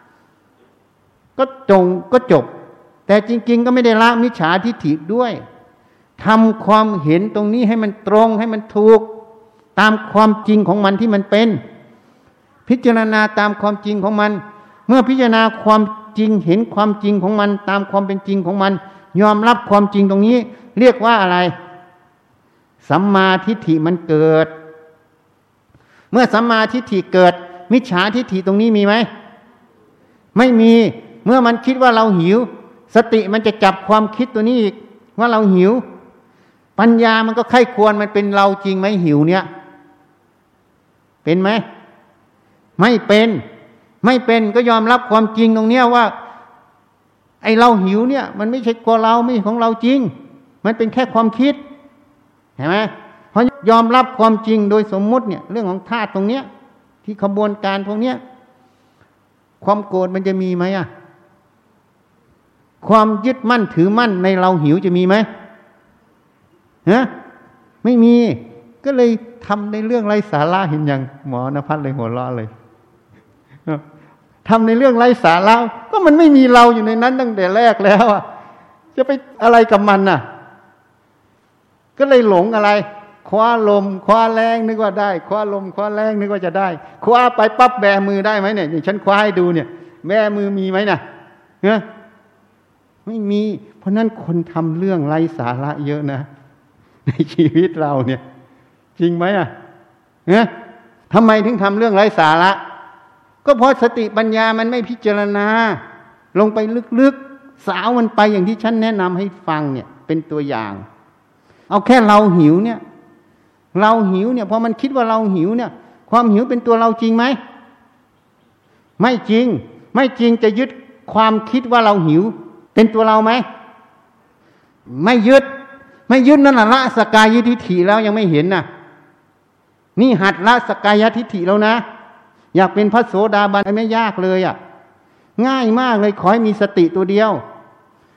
ก็จบแต่จริงๆก็ไม่ได้ละมิจฉาทิฏฐิด้วยทำความเห็นตรงนี้ให้มันตรงให้มันถูกตามความจริงของมันที่มันเป็นพิจารณาตามความจริงของมันเมื่อพิจารณาความจริงเห็นความจริงของมันตามความเป็นจริงของมันยอมรับความจริงตรงนี้เรียกว่าอะไรสัมมาทิฏฐิมันเกิดเมื่อสัมมาทิฏฐิเกิดมิจฉาทิฏฐิตรงนี้มีไหมไม่มีเมื่อมันคิดว่าเราหิวสติมันจะจับความคิดตัวนี้อีกว่าเราหิวปัญญามันก็ไข้ควรมันเป็นเราจริงไหมหิวเนี่ยเป็นไหมไม่เป็นก็ยอมรับความจริงตรงเนี้ยว่าไอเราหิวเนี่ยมันไม่ใช่ตัวเราไม่ใช่ของเราจริงมันเป็นแค่ความคิดเห็นไหมเพราะยอมรับความจริงโดยสมมุติเนี่ยเรื่องของธาตุตรงเนี้ยที่ขบวนการพวกเนี้ยความโกรธมันจะมีไหมความยึดมั่นถือมั่นในเราหิวจะมีไหมไม่มีก็เลยทำในเรื่องไร้สาระเห็นอย่างหมอนภัสเลยหัวเราะเลยทำในเรื่องไร้สาระก็มันไม่มีเราอยู่ในนั้นตั้งแต่แรกแล้วจะไปอะไรกับมันก็เลยหลงอะไรคว้าลมคว้าแรงนึกว่าได้คว้าลมคว้าแรงนึกว่าจะได้คว้าไปปั๊บแบมือได้ไหมเนี่ยอย่างฉันคว้าให้ดูเนี่ยแบมือมีไหมน่ะไม่มีเพราะนั้นคนทำเรื่องไร้สาระเยอะนะในชีวิตเราเนี่ยจริงไหมทำไมถึงทำเรื่องไร้สาระก็เพราะสติปัญญามันไม่พิจารณาลงไปลึกๆสาวมันไปอย่างที่ฉันแนะนำให้ฟังเนี่ยเป็นตัวอย่างเอาแค่เราหิวเนี่ยเราหิวเนี่ยพอมันคิดว่าเราหิวเนี่ยความหิวเป็นตัวเราจริงไหมไม่จริงจะยึดความคิดว่าเราหิวเป็นตัวเราไหมไม่ยึดนั่นละสกายทิฏฐิแล้วยังไม่เห็นนี่หัดละสกายทิฏฐิแล้วนะอยากเป็นพระโสดาบันไม่ยากเลยง่ายมากเลยขอให้มีสติตัวเดียวพ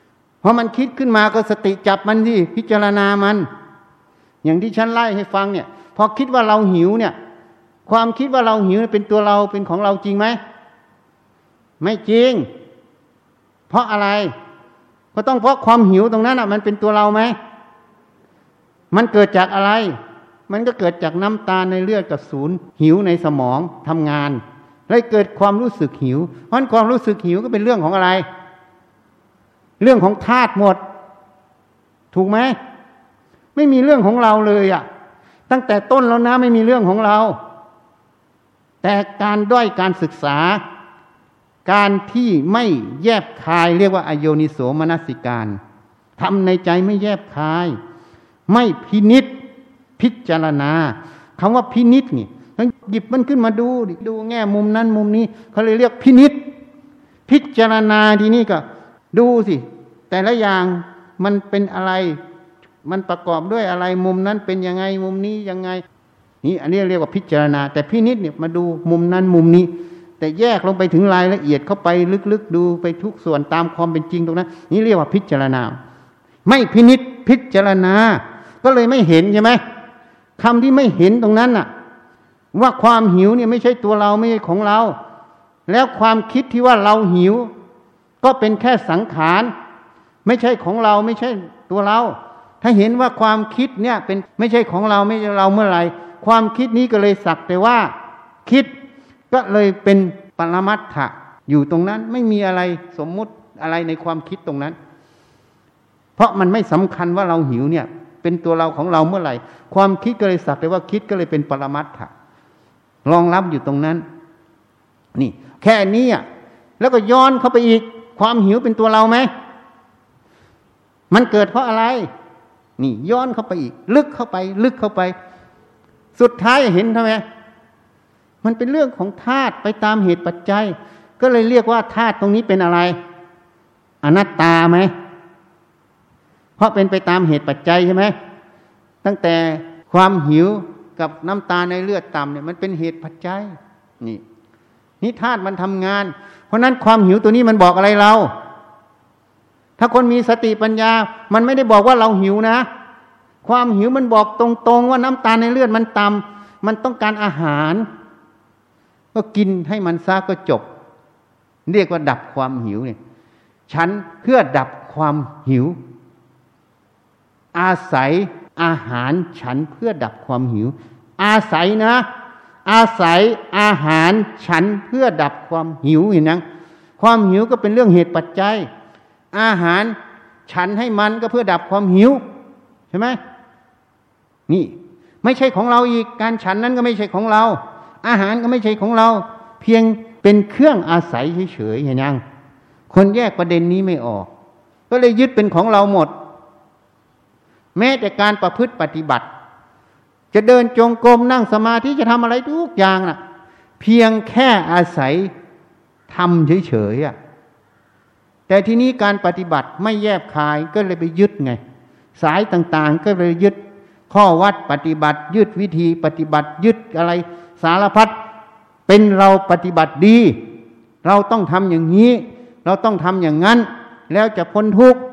พอมันคิดขึ้นมาก็สติจับมันที่พิจารณามันอย่างที่ฉันไล่ให้ฟังเนี่ยพอคิดว่าเราหิวเนี่ยความคิดว่าเราหิวเป็นตัวเราเป็นของเราจริงไหมไม่จริงเพราะอะไรก็ต้องเพราะความหิวตรงนั้นมันเป็นตัวเราไหมมันเกิดจากอะไรมันก็เกิดจากน้ำตาลในเลือดกับศูนย์หิวในสมองทำงานเลยเกิดความรู้สึกหิวเพราะความรู้สึกหิวก็เป็นเรื่องของอะไรเรื่องของธาตุหมดถูกไหมไม่มีเรื่องของเราเลยตั้งแต่ต้นแล้วนะไม่มีเรื่องของเราแต่การด้อยการศึกษาการที่ไม่แยบคายเรียกว่าอโยนิโสมนสิการทำในใจไม่แยบคายไม่พินิจพิจารณาคำว่าพินิจนี่ต้องหยิบมันขึ้นมาดูแง่มุมนั้นมุมนี้เขาเลยเรียกพินิจพิจารณาทีนี้ก็ดูสิแต่ละอย่างมันเป็นอะไรมันประกอบด้วยอะไรมุมนั้นเป็นยังไงมุมนี้ยังไงนี่อันนี้เรียกว่าพิจารณาแต่พินิจเนี่ยมาดูมุมนั้นมุมนี้แต่แยกลงไปถึงรายละเอียดเข้าไปลึกๆดูไปทุกส่วนตามความเป็นจริงตรงนั้นนี่เรียกว่าพิจารณาไม่พินิจพิจารณาก็เลยไม่เห็นใช่ไหมคำที่ไม่เห็นตรงนั้นว่าความหิวเนี่ยไม่ใช่ตัวเราไม่ใช่ของเราแล้วความคิดที่ว่าเราหิวก็เป็นแค่สังขารไม่ใช่ของเราไม่ใช่ตัวเราถ้าเห็นว่าความคิดเนี่ยเป็นไม่ใช่ของเราไม่ใช่เราเมื่อไหร่ความคิดนี้ก็เลยสักแต่ว่าคิดก็เลยเป็นปรมัตถะอยู่ตรงนั้นไม่มีอะไรสมมุติอะไรในความคิดตรงนั้นเพราะมันไม่สำคัญว่าเราหิวเนี่ยเป็นตัวเราของเราเมื่อไหร่ความคิดก็เลยสักแต่ว่าคิดก็เลยเป็นปรมัตถะรองรับอยู่ตรงนั้นนี่แค่นี้แล้วก็ย้อนเข้าไปอีกความหิวเป็นตัวเราไหมมันเกิดเพราะอะไรนี่ย้อนเข้าไปอีกลึกเข้าไปสุดท้ายเห็นทำไมมันเป็นเรื่องของธาตุไปตามเหตุปัจจัยก็เลยเรียกว่าธาตุตรงนี้เป็นอะไรอนัตตาไหมเพราะเป็นไปตามเหตุปัจจัยใช่ไหมตั้งแต่ความหิวกับน้ำตาในเลือดต่ำเนี่ยมันเป็นเหตุปัจจัยนี่ธาตุมันทำงานเพราะนั้นความหิวตัวนี้มันบอกอะไรเราถ้าคนมีสติปัญญามันไม่ได้บอกว่าเราหิวนะความหิวมันบอกตรงๆว่าน้ำตาลในเลือดมันต่ำมันต้องการอาหารก็กินให้มันซะก็จบเรียกว่าดับความหิวเนี่ยฉันเพื่อดับความหิวอาศัยอาหารฉันเพื่อดับความหิวอาศัยนะอาศัยอาหารฉันเพื่อดับความหิวเห็นยังความหิวก็เป็นเรื่องเหตุปัจจัยอาหารฉันให้มันก็เพื่อดับความหิวใช่ไหมนี่ไม่ใช่ของเราอีกการฉันนั้นก็ไม่ใช่ของเราอาหารก็ไม่ใช่ของเราเพียงเป็นเครื่องอาศัยเฉยๆเห็นยังคนแยกประเด็นนี้ไม่ออกก็เลยยึดเป็นของเราหมดแม้แต่การประพฤติปฏิบัติจะเดินจงกรมนั่งสมาธิจะทำอะไรทุกอย่างเพียงแค่อาศัยทำเฉยๆแต่ทีนี้การปฏิบัติไม่แยบคายก็เลยไปยึดไงสายต่างๆก็เลยยึดข้อวัดปฏิบัติยึดวิธีปฏิบัติยึดอะไรสารพัดเป็นเราปฏิบัติดีเราต้องทำอย่างนี้เราต้องทำอย่างนั้นแล้วจะพ้นทุกข์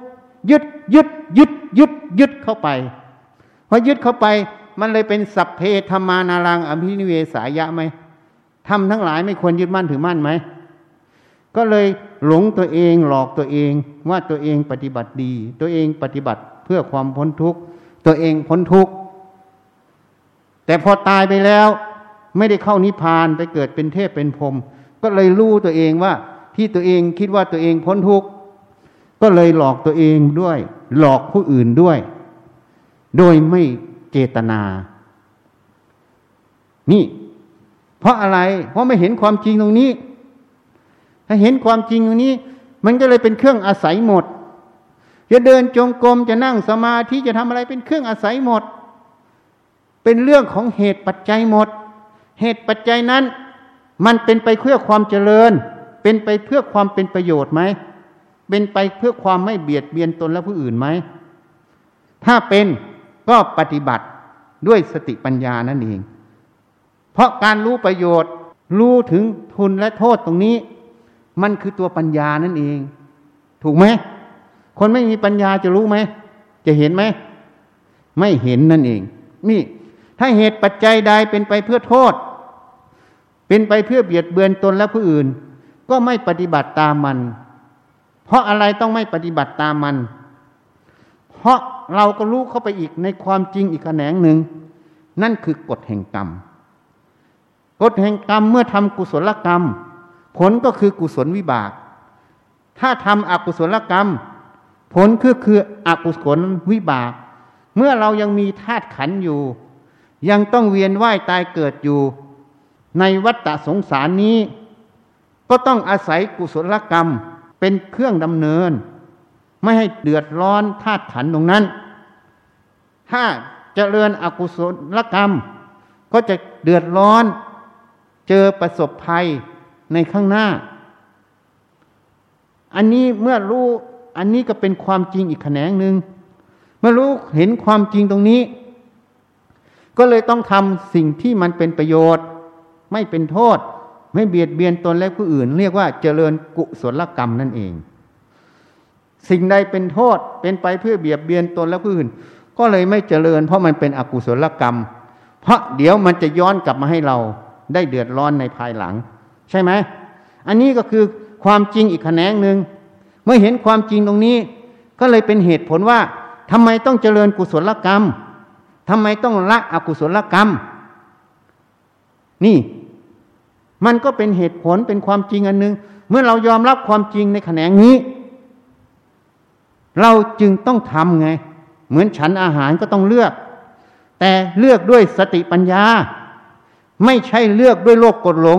ยึดเข้าไปพอยึดเข้าไปมันเลยเป็นสัพเพธัมมานารังอภินิเวสายะไหมทำทั้งหลายไม่ควรยึดมั่นถือมั่นไหมก็เลยหลงตัวเองหลอกตัวเองว่าตัวเองปฏิบัติดีตัวเองปฏิบัติเพื่อความพ้นทุกข์ตัวเองพ้นทุกข์แต่พอตายไปแล้วไม่ได้เข้านิพพานไปเกิดเป็นเทพเป็นพรหมก็เลยรู้ตัวเองว่าที่ตัวเองคิดว่าตัวเองพ้นทุกข์ก็เลยหลอกตัวเองด้วยหลอกผู้อื่นด้วยโดยไม่เจตนานี่เพราะอะไรเพราะไม่เห็นความจริงตรงนี้ถ้าเห็นความจริงตรงนี้มันก็เลยเป็นเครื่องอาศัยหมดจะเดินจงกรมจะนั่งสมาธิจะทำอะไรเป็นเครื่องอาศัยหมดเป็นเรื่องของเหตุปัจจัยหมดเหตุปัจจัยนั้นมันเป็นไปเพื่อความเจริญเป็นไปเพื่อความเป็นประโยชน์ไหมเป็นไปเพื่อความไม่เบียดเบียนตนและผู้อื่นไหมถ้าเป็นก็ปฏิบัติด้วยสติปัญญานั่นเองเพราะการรู้ประโยชน์รู้ถึงทุนและโทษตรงนี้มันคือตัวปัญญานั่นเองถูกไหมคนไม่มีปัญญาจะรู้ไหมจะเห็นไหมไม่เห็นนั่นเองนี่ถ้าเหตุปัจจัยใดเป็นไปเพื่อโทษเป็นไปเพื่อเบียดเบือนตนและผู้อื่นก็ไม่ปฏิบัติตามมันเพราะอะไรต้องไม่ปฏิบัติตามมันเพราะเราก็รู้เข้าไปอีกในความจริงอีกแขนงหนึ่งนั่นคือกฎแห่งกรรมกฎแห่งกรรมเมื่อทำกุศลกรรมผลก็คือกุศลวิบากถ้าทำอกุศลกรรมผลคืออกุศลวิบากเมื่อเรายังมีธาตุขันธ์อยู่ยังต้องเวียนว่ายตายเกิดอยู่ในวัฏฏะสงสารนี้ก็ต้องอาศัยกุศลกรรมเป็นเครื่องดำเนินไม่ให้เดือดร้อนธาตุขันธ์ตรงนั้นถ้าเจริญอกุศลกรรมก็จะเดือดร้อนเจอประสบภัยในข้างหน้าอันนี้เมื่อรู้อันนี้ก็เป็นความจริงอีกแขนงหนึ่งเมื่อรู้เห็นความจริงตรงนี้ก็เลยต้องทำสิ่งที่มันเป็นประโยชน์ไม่เป็นโทษไม่เบียดเบียนตนและผู้อื่นเรียกว่าเจริญกุศลกรรมนั่นเองสิ่งใดเป็นโทษเป็นไปเพื่อเบียดเบียนตนและผู้อื่นก็เลยไม่เจริญเพราะมันเป็นอกุศลกรรมเพราะเดี๋ยวมันจะย้อนกลับมาให้เราได้เดือดร้อนในภายหลังใช่ไหมอันนี้ก็คือความจริงอีกแขนงหนึ่งเมื่อเห็นความจริงตรงนี้ก็เลยเป็นเหตุผลว่าทำไมต้องเจริญกุศลกรรมทำไมต้องละอกุศลกรรมนี่มันก็เป็นเหตุผลเป็นความจริงอันหนึ่งเมื่อเรายอมรับความจริงในแขนงนี้เราจึงต้องทำไงเหมือนฉันอาหารก็ต้องเลือกแต่เลือกด้วยสติปัญญาไม่ใช่เลือกด้วยโลภโกรธหลง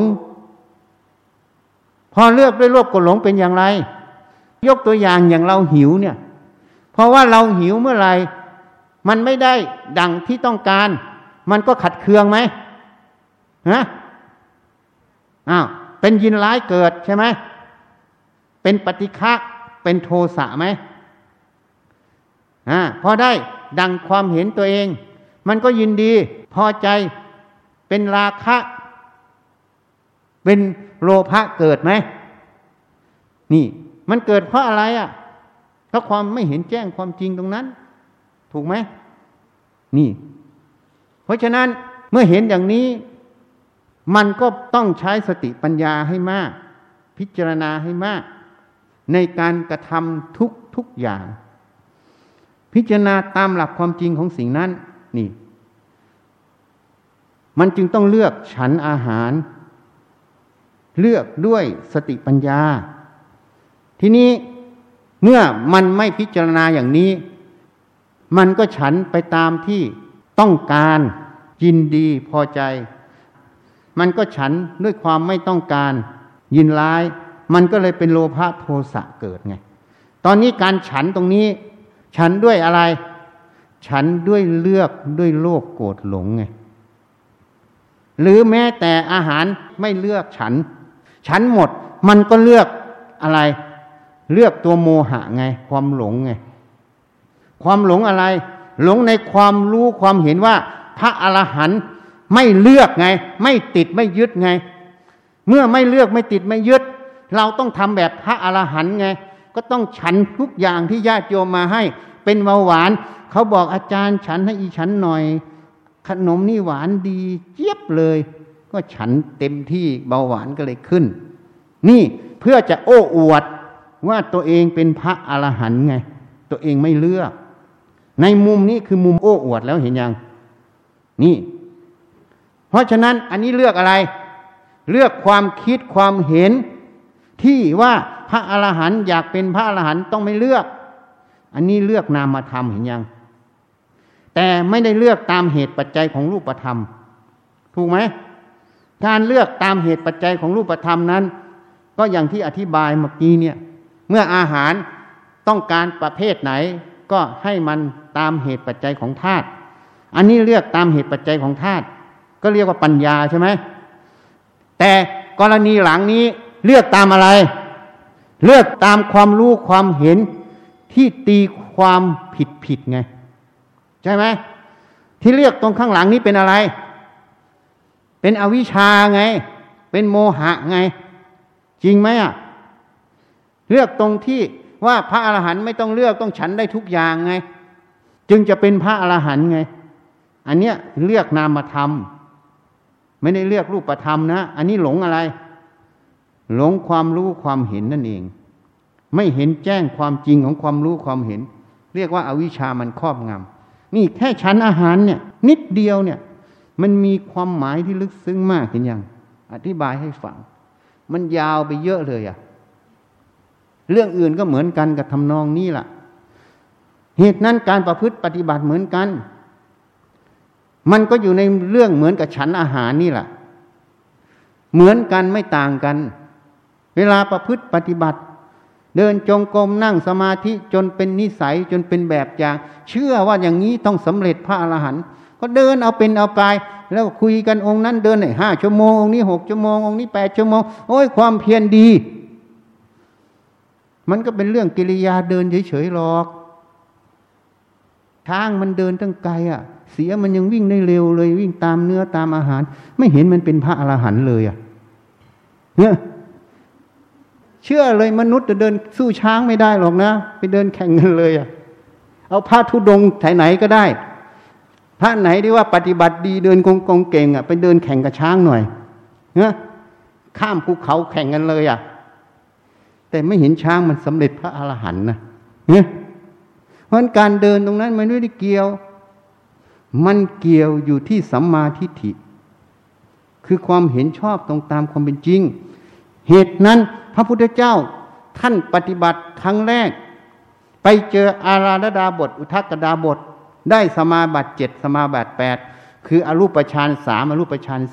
พอเลือกด้วยโลภโกรธหลงเป็นอย่างไรยกตัวอย่างอย่างเราหิวเนี่ยเพราะว่าเราหิวเมื่อไหร่มันไม่ได้ดังที่ต้องการมันก็ขัดเคืองไหมฮะเป็นยินร้ายเกิดใช่ไหมเป็นปฏิฆะเป็นโทสะไหมพอได้ดังความเห็นตัวเองมันก็ยินดีพอใจเป็นราคะเป็นโลภะเกิดไหมนี่มันเกิดเพราะอะไรเพราะความไม่เห็นแจ้งความจริงตรงนั้นถูกไหมนี่เพราะฉะนั้นเมื่อเห็นอย่างนี้มันก็ต้องใช้สติปัญญาให้มากพิจารณาให้มากในการกระทำทุกอย่างพิจารณาตามหลักความจริงของสิ่งนั้นนี่มันจึงต้องเลือกฉันอาหารเลือกด้วยสติปัญญาทีนี้เมื่อมันไม่พิจารณาอย่างนี้มันก็ฉันไปตามที่ต้องการยินดีพอใจมันก็ฉันด้วยความไม่ต้องการยินร้ายมันก็เลยเป็นโลภะโทสะเกิดไงตอนนี้การฉันตรงนี้ฉันด้วยอะไรฉันด้วยเลือกด้วยโลภโกรธหลงไงหรือแม้แต่อาหารไม่เลือกฉันหมดมันก็เลือกอะไรเลือกตัวโมหะไงความหลงไงความหลงอะไรหลงในความรู้ความเห็นว่าพระอรหันต์ไม่เลือกไงไม่ติดไม่ยึดไงเมื่อไม่เลือกไม่ติดไม่ยึดเราต้องทำแบบพระอรหันต์ไงก็ต้องฉันทุกอย่างที่ญาติโยมมาให้เป็นเบาหวานเขาบอกอาจารย์ฉันให้อีฉันหน่อยขนมนี่หวานดีเจี๊ยบเลยก็ฉันเต็มที่เบาหวานก็เลยขึ้นนี่เพื่อจะโอ้อวดว่าตัวเองเป็นพระอรหันต์ไงตัวเองไม่เลือกในมุมนี้คือมุมโอ้อวดแล้วเห็นยังนี่เพราะฉะนั้นอันนี้เลือกอะไรเลือกความคิดความเห็นที่ว่าพระอรหันต์อยากเป็นพระอรหันต์ต้องไม่เลือกอันนี้เลือกนามธรรมเห็นยังแต่ไม่ได้เลือกตามเหตุปัจจัยของรูปธรรมถูกไหมการเลือกตามเหตุปัจจัยของรูปธรรมนั้นก็อย่างที่อธิบายเมื่อกี้เนี่ยเมื่ออาหารต้องการประเภทไหนก็ให้มันตามเหตุปัจจัยของธาตุอันนี้เลือกตามเหตุปัจจัยของธาตุก็เรียกว่าปัญญาใช่ไหมแต่กรณีหลังนี้เลือกตามอะไรเลือกตามความรู้ความเห็นที่ตีความผิดไงใช่ไหมที่เลือกตรงข้างหลังนี้เป็นอะไรเป็นอวิชชาไงเป็นโมหะไงจริงไหมเลือกตรงที่ว่าพระอรหันต์ไม่ต้องเลือกต้องฉันได้ทุกอย่างไงจึงจะเป็นพระอรหันต์ไงอันเนี้ยเลือกนามธรรมไม่ได้เลือกรูปธรรมนะอันนี้หลงอะไรหลงความรู้ความเห็นนั่นเองไม่เห็นแจ้งความจริงของความรู้ความเห็นเรียกว่าอวิชชามันครอบงำนี่แค่ฉันอาหารเนี่ยนิดเดียวเนี่ยมันมีความหมายที่ลึกซึ้งมากเห็นยังอธิบายให้ฟังมันยาวไปเยอะเลยอะเรื่องอื่นก็เหมือนกันกับทำนองนี้ล่ะเหตุนั้นการประพฤติปฏิบัติเหมือนกันมันก็อยู่ในเรื่องเหมือนกับฉันอาหารนี่แหละเหมือนกันไม่ต่างกันเวลาประพฤติปฏิบัติเดินจงกรมนั่งสมาธิจนเป็นนิสัยจนเป็นแบบอย่างเชื่อว่าอย่างนี้ต้องสำเร็จพระอรหันต์ก็เดินเอาเป็นเอาไปแล้วคุยกันองค์นั้นเดิน5 ชั่วโมงองค์นี้6 ชั่วโมงองค์นี้8 ชั่วโมงโอ้ยความเพียรดีมันก็เป็นเรื่องกิริยาเดินเฉยๆหรอกช้างมันเดินตั้งไกลอ่ะเสียมันยังวิ่งได้เร็วเลยวิ่งตามเนื้อตามอาหารไม่เห็นมันเป็นพระอรหันต์เลยอ่ะเนี่ยเชื่อเลยมนุษย์จะเดินสู้ช้างไม่ได้หรอกนะไปเดินแข่งกันเลยอ่ะเอาพระธุดงค์ไหนก็ได้พระไหนที่ว่าปฏิบัติดีเดินกงเก่งอ่ะไปเดินแข่งกับช้างหน่อยเนี่ยข้ามภูเขาแข่งกันเลยอ่ะแต่ไม่เห็นช้างมันสำเร็จพระอรหันต์นะเนี่ยเพราะการเดินตรงนั้นมันไม่ได้เกี่ยวมันเกี่ยวอยู่ที่สัมมาทิฏฐิคือความเห็นชอบตรงตามความเป็นจริงเหตุนั้นพระพุทธเจ้าท่านปฏิบัติครั้งแรกไปเจออาราธดาบทอุทกดาบทได้สมาบัติ7สมาบัติ8คืออรูปฌาน3อรูปฌาน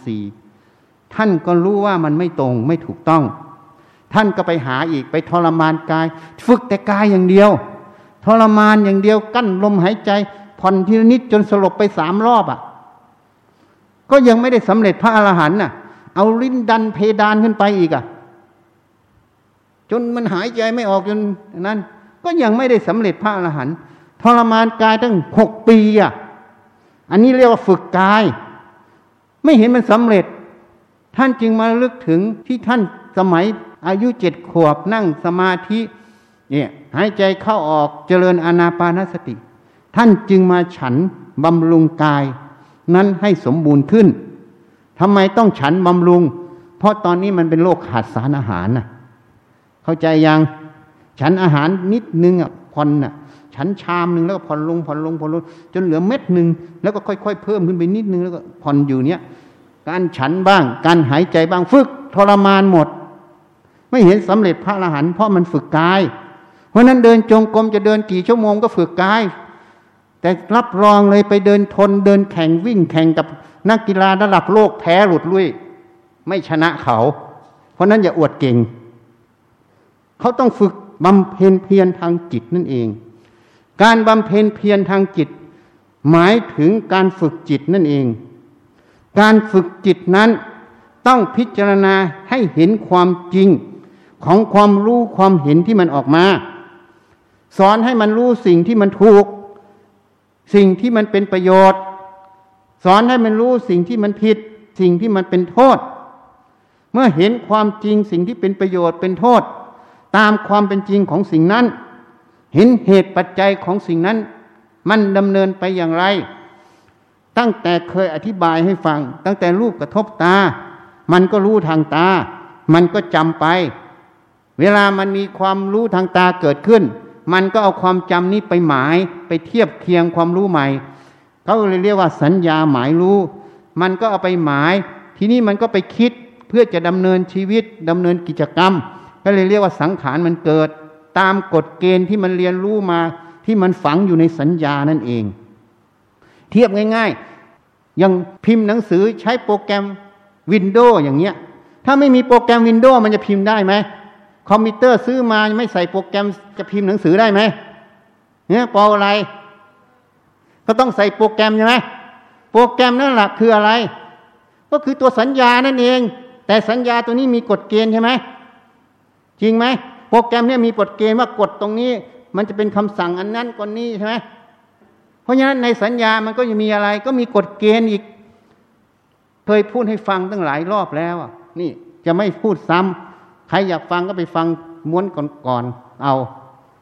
4ท่านก็รู้ว่ามันไม่ตรงไม่ถูกต้องท่านก็ไปหาอีกไปทรมานกายฝึกแต่กายอย่างเดียวทรมานอย่างเดียวกั้นลมหายใจผ่อนทีละนิดจนสลบไป3 รอบอ่ะก็ยังไม่ได้สำเร็จพระอรหันต์น่ะเอาลิ้นดันเพดานขึ้นไปอีกอ่ะจนมันหายใจไม่ออกจนนั้นก็ยังไม่ได้สำเร็จพระอรหันต์ทรมานกายตั้ง6 ปีอ่ะอันนี้เรียกว่าฝึกกายไม่เห็นมันสำเร็จท่านจึงมาลึกถึงที่ท่านสมัยอายุ7 ขวบนั่งสมาธิเนี่ยหายใจเข้าออกเจริญอานาปานสติท่านจึงมาฉันบำรุงกายนั้นให้สมบูรณ์ขึ้นทำไมต้องฉันบำรุงเพราะตอนนี้มันเป็นโรคขาดสารอาหารน่ะเข้าใจยังฉันอาหารนิดนึงอ่ะผ่อนน่ะฉันชามนึงแล้วก็ผ่อนลงจนเหลือเม็ดนึงแล้วก็ค่อยๆเพิ่มขึ้นไปนิดนึงแล้วก็ผ่อนอยู่เนี้ยการฉันบ้างการหายใจบ้างฝึกทรมานหมดไม่เห็นสำเร็จพระอรหันต์เพราะมันฝึกกายเพราะนั้นเดินจงกรมจะเดินกี่ชั่วโมงก็ฝึกกายแต่รับรองเลยไปเดินทนเดินแข่งวิ่งแข่งกับนักกีฬาระดับโลกแพ้หลุดลุ่ยไม่ชนะเขาเพราะนั้นอย่าอวดเก่งเขาต้องฝึกบำเพ็ญเพียรทางจิตนั่นเองการบำเพ็ญเพียรทางจิตหมายถึงการฝึกจิตนั่นเองการฝึกจิตนั้นต้องพิจารณาให้เห็นความจริงของความรู้ความเห็นที่มันออกมาสอนให้มันรู้สิ่งที่มันถูกสิ่งที่มันเป็นประโยชน์สอนให้มันรู้สิ่งที่มันผิดสิ่งที่มันเป็นโทษเมื่อเห็นความจริงสิ่งที่เป็นประโยชน์เป็นโทษตามความเป็นจริงของสิ่งนั้นเห็นเหตุปัจจัยของสิ่งนั้นมันดำเนินไปอย่างไรตั้งแต่เคยอธิบายให้ฟังตั้งแต่รูปกระทบตามันก็รู้ทางตามันก็จำไปเวลามันมีความรู้ทางตาเกิดขึ้นมันก็เอาความจำนี้ไปหมายไปเทียบเคียงความรู้ใหม่เขาเลยเรียกว่าสัญญาหมายรู้มันก็เอาไปหมายทีนี้มันก็ไปคิดเพื่อจะดำเนินชีวิตดำเนินกิจกรรมก็เลยเรียกว่าสังขารมันเกิดตามกฎเกณฑ์ที่มันเรียนรู้มาที่มันฝังอยู่ในสัญญานั่นเองเทียบง่ายๆอย่างพิมพ์หนังสือใช้โปรแกรม Windows อย่างเงี้ยถ้าไม่มีโปรแกรม Windows มันจะพิมพ์ได้ไหมคอมพิวเตอร์ซื้อมาไม่ใส่โปรแกรมจะพิมพ์หนังสือได้ไหมเนี่ยปออะไรก็ต้องใส่โปรแกรมใช่ไหมโปรแกรมนั่นแหละคืออะไรก็คือตัวสัญญานั่นเองแต่สัญญาตัวนี้มีกฎเกณฑ์ใช่ไหมจริงไหมโปรแกรมเนี่ยมีกฎเกณฑ์ว่ากฎตรงนี้มันจะเป็นคำสั่งอันนั้นคนนี้ใช่ไหมเพราะฉะนั้นในสัญญามันก็จะมีอะไรก็มีกฎเกณฑ์อีกเคยพูดให้ฟังตั้งหลายรอบแล้วนี่จะไม่พูดซ้ำใครอยากฟังก็ไปฟังม้วนก่อนๆเอา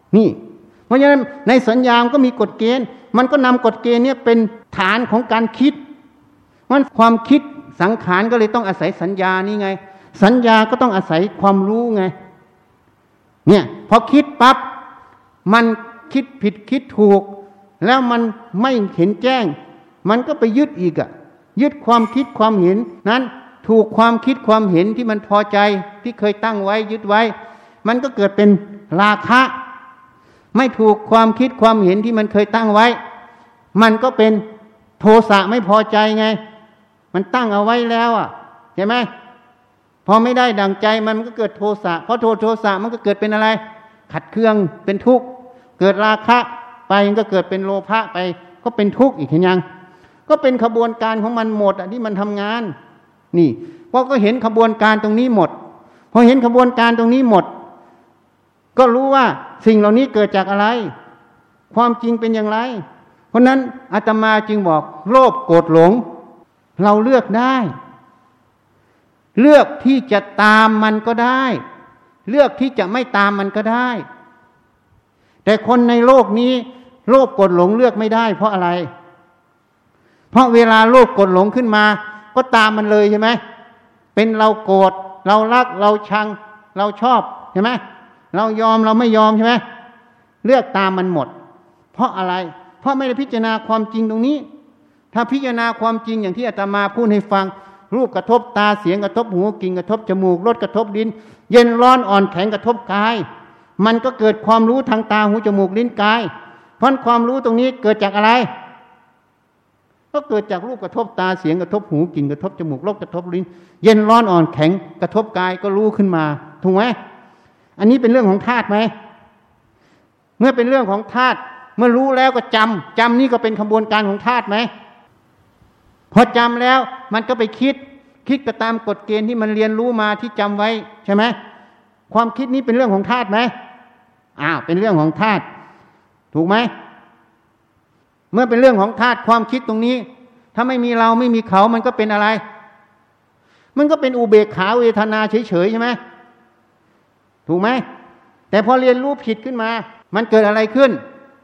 นี่เพราะฉะนั้นในสัญญามันก็มีกฎเกณฑ์มันก็นำกฎเกณฑ์นี้เป็นฐานของการคิดมันความคิดสังขารก็เลยต้องอาศัยสัญญานี่ไงสัญญาก็ต้องอาศัยความรู้ไงเนี่ยพอคิดปั๊บมันคิดผิดคิดถูกแล้วมันไม่เห็นแจ้งมันก็ไปยึดอีกยึดความคิดความเห็นนั้นถูกความคิดความเห็นที่มันพอใจที่เคยตั้งไว้ยึดไว้มันก็เกิดเป็นราคะไม่ถูกความคิดความเห็นที่มันเคยตั้งไว้มันก็เป็นโทสะไม่พอใจไงมันตั้งเอาไว้แล้วใช่ไหมพอไม่ได้ดั่งใจมันก็เกิดโทสะเพราะโทสะมันก็เกิดเป็นอะไรขัดเคืองเป็นทุกข์เกิดราคะไปมันก็เกิดเป็นโลภะไปก็เป็นทุกข์อีกเห็นยังก็เป็นขบวนการของมันหมดที่มันทำงานนี่พอก็เห็นขบวนการตรงนี้หมดพอเห็นขบวนการตรงนี้หมดก็รู้ว่าสิ่งเหล่านี้เกิดจากอะไรความจริงเป็นอย่างไรเพราะนั้นอาตมาจึงบอกโลภโกรธหลงเราเลือกได้เลือกที่จะตามมันก็ได้เลือกที่จะไม่ตามมันก็ได้แต่คนในโลกนี้โลภโกรธหลงเลือกไม่ได้เพราะอะไรเพราะเวลาโลภโกรธหลงขึ้นมาก็ตามมันเลยใช่ไหมเป็นเราโกรธเรารักเราชังเราชอบใช่ไหมเรายอมเราไม่ยอมใช่ไหมเลือกตามมันหมดเพราะอะไรเพราะไม่ได้พิจารณาความจริงตรงนี้ถ้าพิจารณาความจริงอย่างที่อาตมาพูดให้ฟังรูปกระทบตาเสียงกระทบหูกลิ่นกระทบจมูกรสกระทบลิ้นเย็นร้อนอ่อนแข็งกระทบกายมันก็เกิดความรู้ทางตาหูจมูกลิ้นกายเพราะความรู้ตรงนี้เกิดจากอะไรก็เกิดจากรูปกระทบตาเสียงกระทบหูกลิ่นกระทบจมูกรสกระทบลิ้นเย็นร้อนอ่อนแข็งกระทบกายก็รู้ขึ้นมาถูกไหมอันนี้เป็นเรื่องของธาตุไหมเมื่อเป็นเรื่องของธาตุเมื่อรู้แล้วก็จำนี่ก็เป็นขบวนการของธาตุไหมพอจำแล้วมันก็ไปคิดไปตามกฎเกณฑ์ที่มันเรียนรู้มาที่จำไว้ใช่ไหมความคิดนี้เป็นเรื่องของธาตุไหมเป็นเรื่องของธาตุถูกไหมเมื่อเป็นเรื่องของธาตุความคิดตรงนี้ถ้าไม่มีเราไม่มีเขามันก็เป็นอะไรมันก็เป็นอุเบกขาเวทนาเฉยๆใช่ไหมถูกไหมแต่พอเรียนรู้ผิดขึ้นมามันเกิดอะไรขึ้น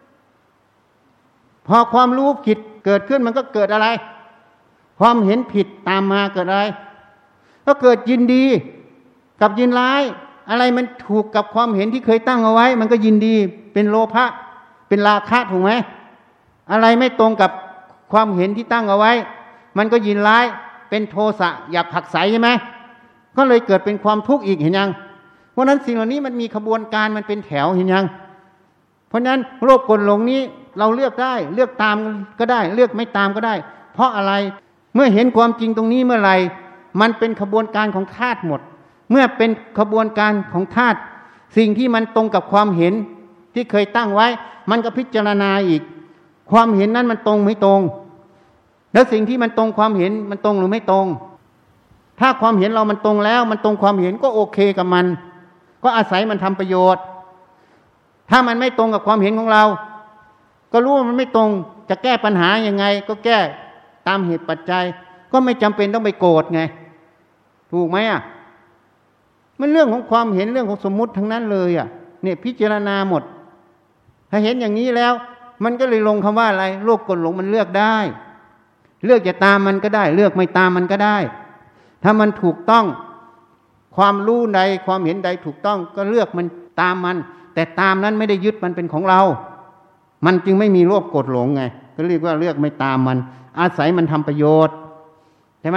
พอความรู้ผิดเกิดขึ้นมันก็เกิดอะไรความเห็นผิดตามมาเกิดอะไรก็เกิดยินดีกับยินร้ายอะไรมันถูกกับความเห็นที่เคยตั้งเอาไว้มันก็ยินดีเป็นโลภะเป็นราคะถูกไหมอะไรไม่ตรงกับความเห็นที่ตั้งเอาไว้มันก็ยินร้ายเป็นโทสะอยากผักใสใช่ไหมก็เลยเกิดเป็นความทุกข์อีกเห็นยังเพราะนั้นสิ่งเหล่านี้มันมีขบวนการมันเป็นแถวเห็นยังเพราะนั้นโลภโกรธหลงนี้เราเลือกได้เลือกตามก็ได้เลือกไม่ตามก็ได้เพราะอะไรเมื่อเห็นความจริงตรงนี้เมื่อไหร่มันเป็นขบวนการของธาตุหมดเมื่อเป็นขบวนการของธาตุสิ่งที่มันตรงกับความเห็นที่เคยตั้งไว้มันก็พิจารณาอีกความเห็นนั้นมันตรงไม่ตรงแล้วสิ่งที่มันตรงความเห็นมันตรงหรือไม่ตรงถ้าความเห็นเรามันตรงแล้วมันตรงความเห็นก็โอเคกับมันก็อาศัยมันทำประโยชน์ถ้ามันไม่ตรงกับความเห็นของเราก็รู้ว่ามันไม่ตรงจะแก้ปัญหายังไงก็แก้ตามเหตุปัจจัยก็ไม่จำเป็นต้องไปโกรธไงถูกไหมมันเรื่องของความเห็นเรื่องของสมมุติทั้งนั้นเลยเนี่ยพิจารณาหมดถ้าเห็นอย่างนี้แล้วมันก็เลยลงคำว่าอะไรโลภโกรธหลงมันเลือกได้เลือกจะตามมันก็ได้เลือกไม่ตามมันก็ได้ถ้ามันถูกต้องความรู้ใดความเห็นใดถูกต้องก็เลือกมันตามมันแต่ตามนั้นไม่ได้ยึดมันเป็นของเรามันจึงไม่มีโลภโกรธหลงไงก็เรียกว่าเลือกไม่ตามมันอาศัยมันทำประโยชน์ใช่ไหม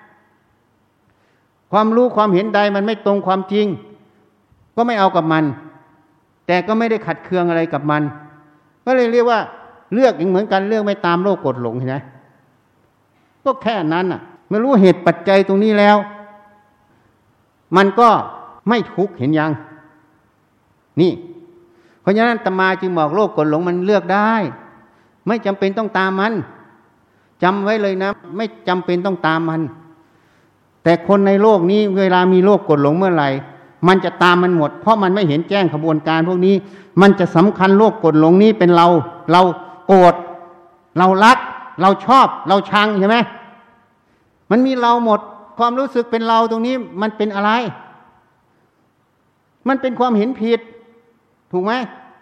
ความรู้ความเห็นใดมันไม่ตรงความจริงก็ไม่เอากับมันแต่ก็ไม่ได้ขัดเคืองอะไรกับมันก็เลยเรียกว่าเลือกเหมือนกันเลือกไม่ตามโลภโกรธหลงเห็นไหมก็แค่นั้นเมื่อรู้เหตุปัจจัยตรงนี้แล้วมันก็ไม่ทุกข์เห็นยังนี่เพราะฉะนั้นอาตมาจึงบอกโลภโกรธหลงมันเลือกได้ไม่จำเป็นต้องตามมันจำไว้เลยนะไม่จำเป็นต้องตามมันแต่คนในโลกนี้เวลามีโลภโกรธหลงเมื่อไหร่มันจะตามมันหมดเพราะมันไม่เห็นแจ้งขบวนการพวกนี้มันจะสำคัญโลภโกรธหลงนี้เป็นเราโกรธเรารักเราชอบเราชังใช่ไหมมันมีเราหมดความรู้สึกเป็นเราตรงนี้มันเป็นอะไรมันเป็นความเห็นผิดถูกไหม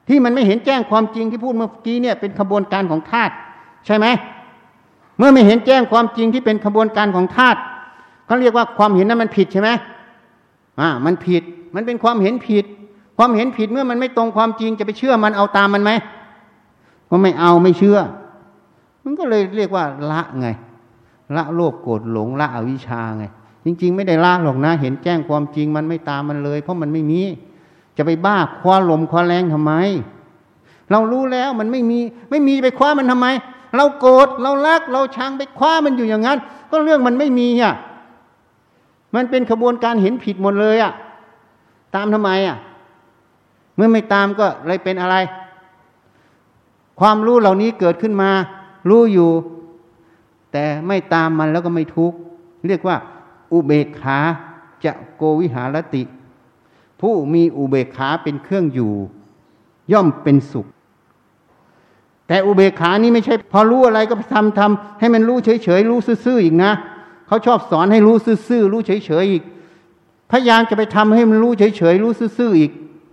ที่มันไม่เห็นแจ้งความจริงที่พูดเมื่อกี้เนี่ยเป็นขบวนการของธาตุใช่ไหมเมื่อไม่เห็นแจ้งความจริงที่เป็นขบวนการของธาตุเขาเรียกว่าความเห็นนั้นมันผิดใช่ไหมมันผิดมันเป็นความเห็นผิดความเห็นผิดเมื่อมันไม่ตรงความจริงจะไปเชื่อมันเอาตามมันไหมก็ไม่เอาไม่เชื่อมันก็เลยเรียกว่าละไงละโลภโกรธหลงละอวิชชาไงจริงๆไม่ได้ละหรอกนะเห็นแจ้งความจริงมันไม่ตามมันเลยเพราะมันไม่มีจะไปบ้าคว้าลมคว้าแรงทำไมเรารู้แล้วมันไม่มีไปคว้ามันทำไมเราโกรธเรารักเราชังไปคว้ามันอยู่อย่างนั้นก็เรื่องมันไม่มีมันเป็นขบวนการเห็นผิดหมดเลยตามทำไมเมื่อไม่ตามก็เลยเป็นอะไรความรู้เหล่านี้เกิดขึ้นมารู้อยู่แต่ไม่ตามมันแล้วก็ไม่ทุกข์เรียกว่าอุเบกขาจะโกวิหารติผู้มีอุเบกขาเป็นเครื่องอยู่ย่อมเป็นสุขแต่อุเบกขานี้ไม่ใช่พอรู้อะไรก็ทำให้มันรู้เฉยๆรู้ซื่อๆอีกนะเขาชอบสอนให้รู้ซื่อๆรู้เฉยๆอีกพยายามจะไปทำให้มันรู้เฉยๆรู้ซื่อๆอีก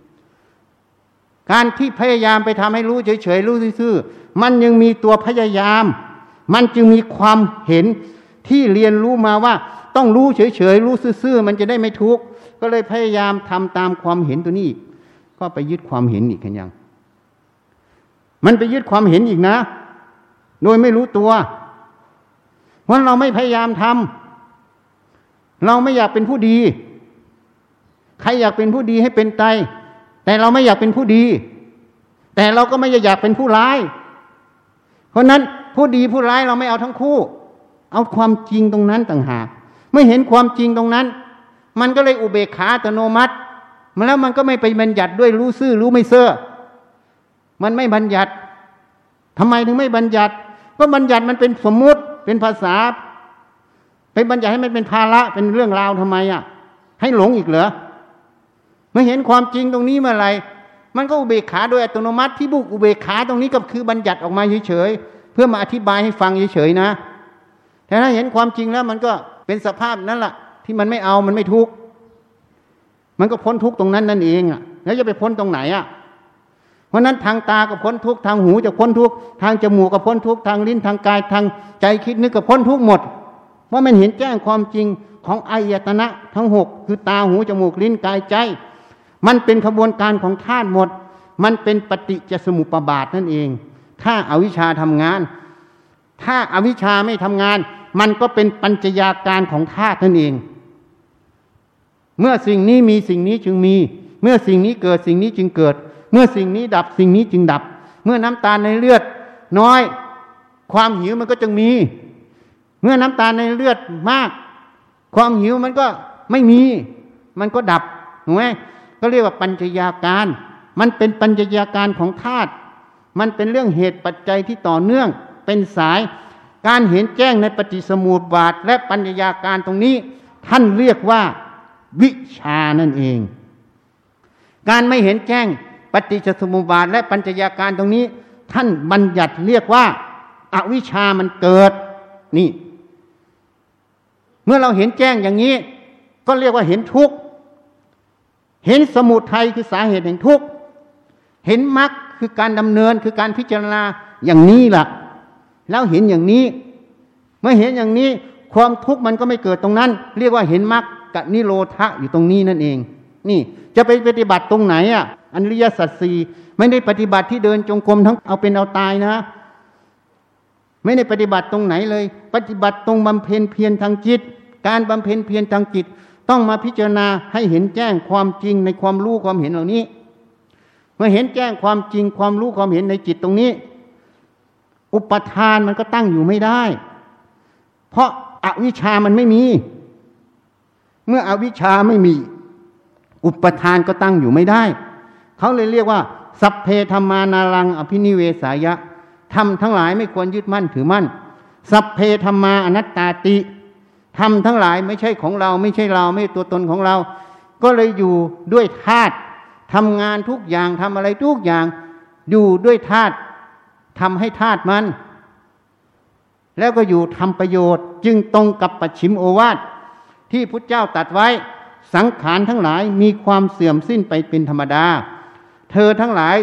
การที่พยายามไปทำให้รู้เฉยๆรู้ซื่อๆมันยังมีตัวพยายามมันจึงมีความเห็นที่เรียนรู้มาว่าต้องรู้เฉยๆรู้ซื่อๆมันจะได้ไม่ทุกข์ก็เลยพยายามทำตามความเห็นตัวนี้อีกก็ไปยึดความเห็นอีกกันยังมันไปยึดความเห็นอีกนะโดยไม่รู้ตัวเพราะเราไม่พยายามทำเราไม่อยากเป็นผู้ดีใครอยากเป็นผู้ดีให้เป็นไตแต่เราไม่อยากเป็นผู้ดีแต่เราก็ไม่อยากเป็นผู้ร้ายเพราะนั้นผู้ดีผู้ร้ายเราไม่เอาทั้งคู่เอาความจริงตรงนั้นต่างหากเมื่อเห็นความจริงตรงนั้นมันก็เลยอุเบกขาอัตโนมัติแล้วมันก็ไม่ไปบัญญัติด้วยรู้ซื่อรู้ไม่เซ่อมันไม่บัญญัติทำไมถึงไม่บัญญัติก็บัญญัติมันเป็นสมมุติเป็นภาษาไปบัญญัติให้มันเป็นภาระเป็นเรื่องราวทำไมให้หลงอีกเหรอเมื่อเห็นความจริงตรงนี้เมื่อไหร่มันก็อุเบกขาโดยอัตโนมัติที่บุกอุเบกขาตรงนี้ก็คือบัญญัติออกมาเฉยๆเพื่อมาอธิบายให้ฟังเฉยๆนะแต่ถ้าเห็นความจริงแล้วมันก็เป็นสภาพนั้นล่ะที่มันไม่เอามันไม่ทุกข์มันก็พ้นทุกข์ตรงนั้นนั่นเองแล้วจะไปพ้นตรงไหนเพราะนั้นทางตาก็พ้นทุกข์ทางหูจะพ้นทุกข์ทางจมูกก็พ้นทุกข์ทางลิ้นทางกายทางใจคิดนึกก็พ้นทุกข์หมดเพราะมันเห็นแจ้งความจริงของอายตนะทั้ง6คือตาหูจมูกลิ้นกายใจมันเป็นขบวนการของธาตุหมดมันเป็นปฏิจจสมุปบาทนั่นเองถ้าอวิชชาทำงานถ้าอวิชชาไม่ทำงานมันก็เป็นปัญจยาการของธาตุนั่นเองเมื่อสิ่งนี้มีสิ่งนี้จึงมีเมื่อสิ่งนี้เกิดสิ่งนี้จึงเกิดเมื่อสิ่งนี้ดับสิ่งนี้จึงดับเมื่อน้ำตาลในเลือดน้อยความหิวมันก็จึงมีเมื่อน้ำตาลในเลือดมากความหิวมันก็ไม่มีมันก็ดับถูกไหมก็เรียกว่าปัญจยาการมันเป็นปัญจยาการของธาตุมันเป็นเรื่องเหตุปัจจัยที่ต่อเนื่องเป็นสายการเห็นแจ้งในปฏิสมุปบาทและปัญจยาการตรงนี้ท่านเรียกว่าวิชานั่นเองการไม่เห็นแจ้งปฏิจจสมุปบาทและปัญจยาการตรงนี้ท่านบัญญัติเรียกว่าอวิชชามันเกิดนี่เมื่อเราเห็นแจ้งอย่างนี้ก็เรียกว่าเห็นทุกข์เห็นสมุทัยคือสาเหตุแห่งทุกข์เห็นมรรคคือการดำเนินคือการพิจารณาอย่างนี้ล่ะแล้วเห็นอย่างนี้เมื่อเห็นอย่างนี้ความทุกข์มันก็ไม่เกิดตรงนั้นเรียกว่าเห็นมรรคกับนิโรธะอยู่ตรงนี้นั่นเองนี่จะไปปฏิบัติตรงไหนอริยสัจสี่ไม่ได้ปฏิบัติที่เดินจงกรมทั้งเอาเป็นเอาตายนะไม่ได้ปฏิบัติตรงไหนเลยปฏิบัติตรงบำเพ็ญเพียรทางจิตการบำเพ็ญเพียรทางจิตต้องมาพิจารณาให้เห็นแจ้งความจริงในความรู้ความเห็นเหล่านี้เมื่อเห็นแจ้งความจริงความรู้ความเห็นในจิตตรงนี้อุปทานมันก็ตั้งอยู่ไม่ได้เพราะอวิชชามันไม่มีเมื่ออวิชชาไม่มีอุปทานก็ตั้งอยู่ไม่ได้เขาเลยเรียกว่าสัพเพธัมมานารังอภินิเวสายะธรรมทั้งหลายไม่ควรยึดมั่นถือมั่นสัพเพธัมมาอนัตตาติธรรมทั้งหลายไม่ใช่ของเราไม่ใช่เราไม่ใช่ตัวตนของเราก็เลยอยู่ด้วยธาตุทำงานทุกอย่างทำอะไรทุกอย่างอยู่ด้วยธาตุทำให้ธาตุมันแล้วก็อยู่ทำประโยชน์จึงตรงกับปัจฉิมโอวาทที่พุทธเจ้าตรัสไว้สังขารทั้งหลายมีความเสื่อมสิ้นไปเป็นธรรมดาเธอทั้งหลาย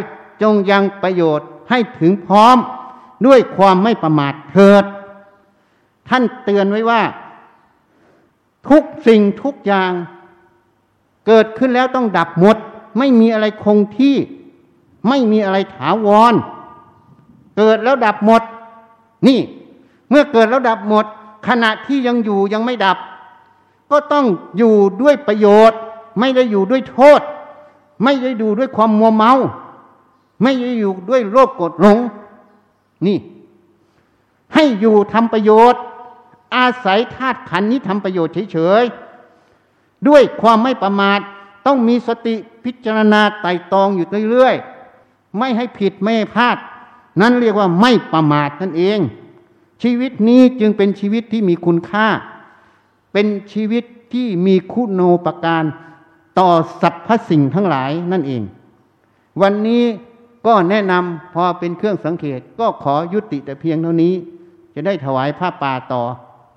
จงยังประโยชน์ให้ถึงพร้อมด้วยความไม่ประมาทเถิดท่านเตือนไว้ว่าทุกสิ่งทุกอย่างเกิดขึ้นแล้วต้องดับหมดไม่มีอะไรคงที่ไม่มีอะไรถาวรเกิดแล้วดับหมดนี่เมื่อเกิดแล้วดับหมดขณะที่ยังอยู่ยังไม่ดับก็ต้องอยู่ด้วยประโยชน์ไม่ได้อยู่ด้วยโทษไม่ได้อยู่ด้วยความมัวเมาไม่ได้อยู่ด้วยโรคกดหลงนี่ให้อยู่ทำประโยชน์อาศัยธาตุขันธ์นี้ทำประโยชน์เฉยๆด้วยความไม่ประมาทต้องมีสติพิจารณาไตร่ตรองอยู่เรื่อยๆไม่ให้ผิดไม่ให้พลาดนั่นเรียกว่าไม่ประมาทนั่นเองชีวิตนี้จึงเป็นชีวิตที่มีคุณค่าเป็นชีวิตที่มีคุณูปการต่อสรรพสิ่งทั้งหลายนั่นเองวันนี้ก็แนะนำพอเป็นเครื่องสังเกตก็ขอยุติแต่เพียงเท่านี้จะได้ถวายผ้าป่าต่อ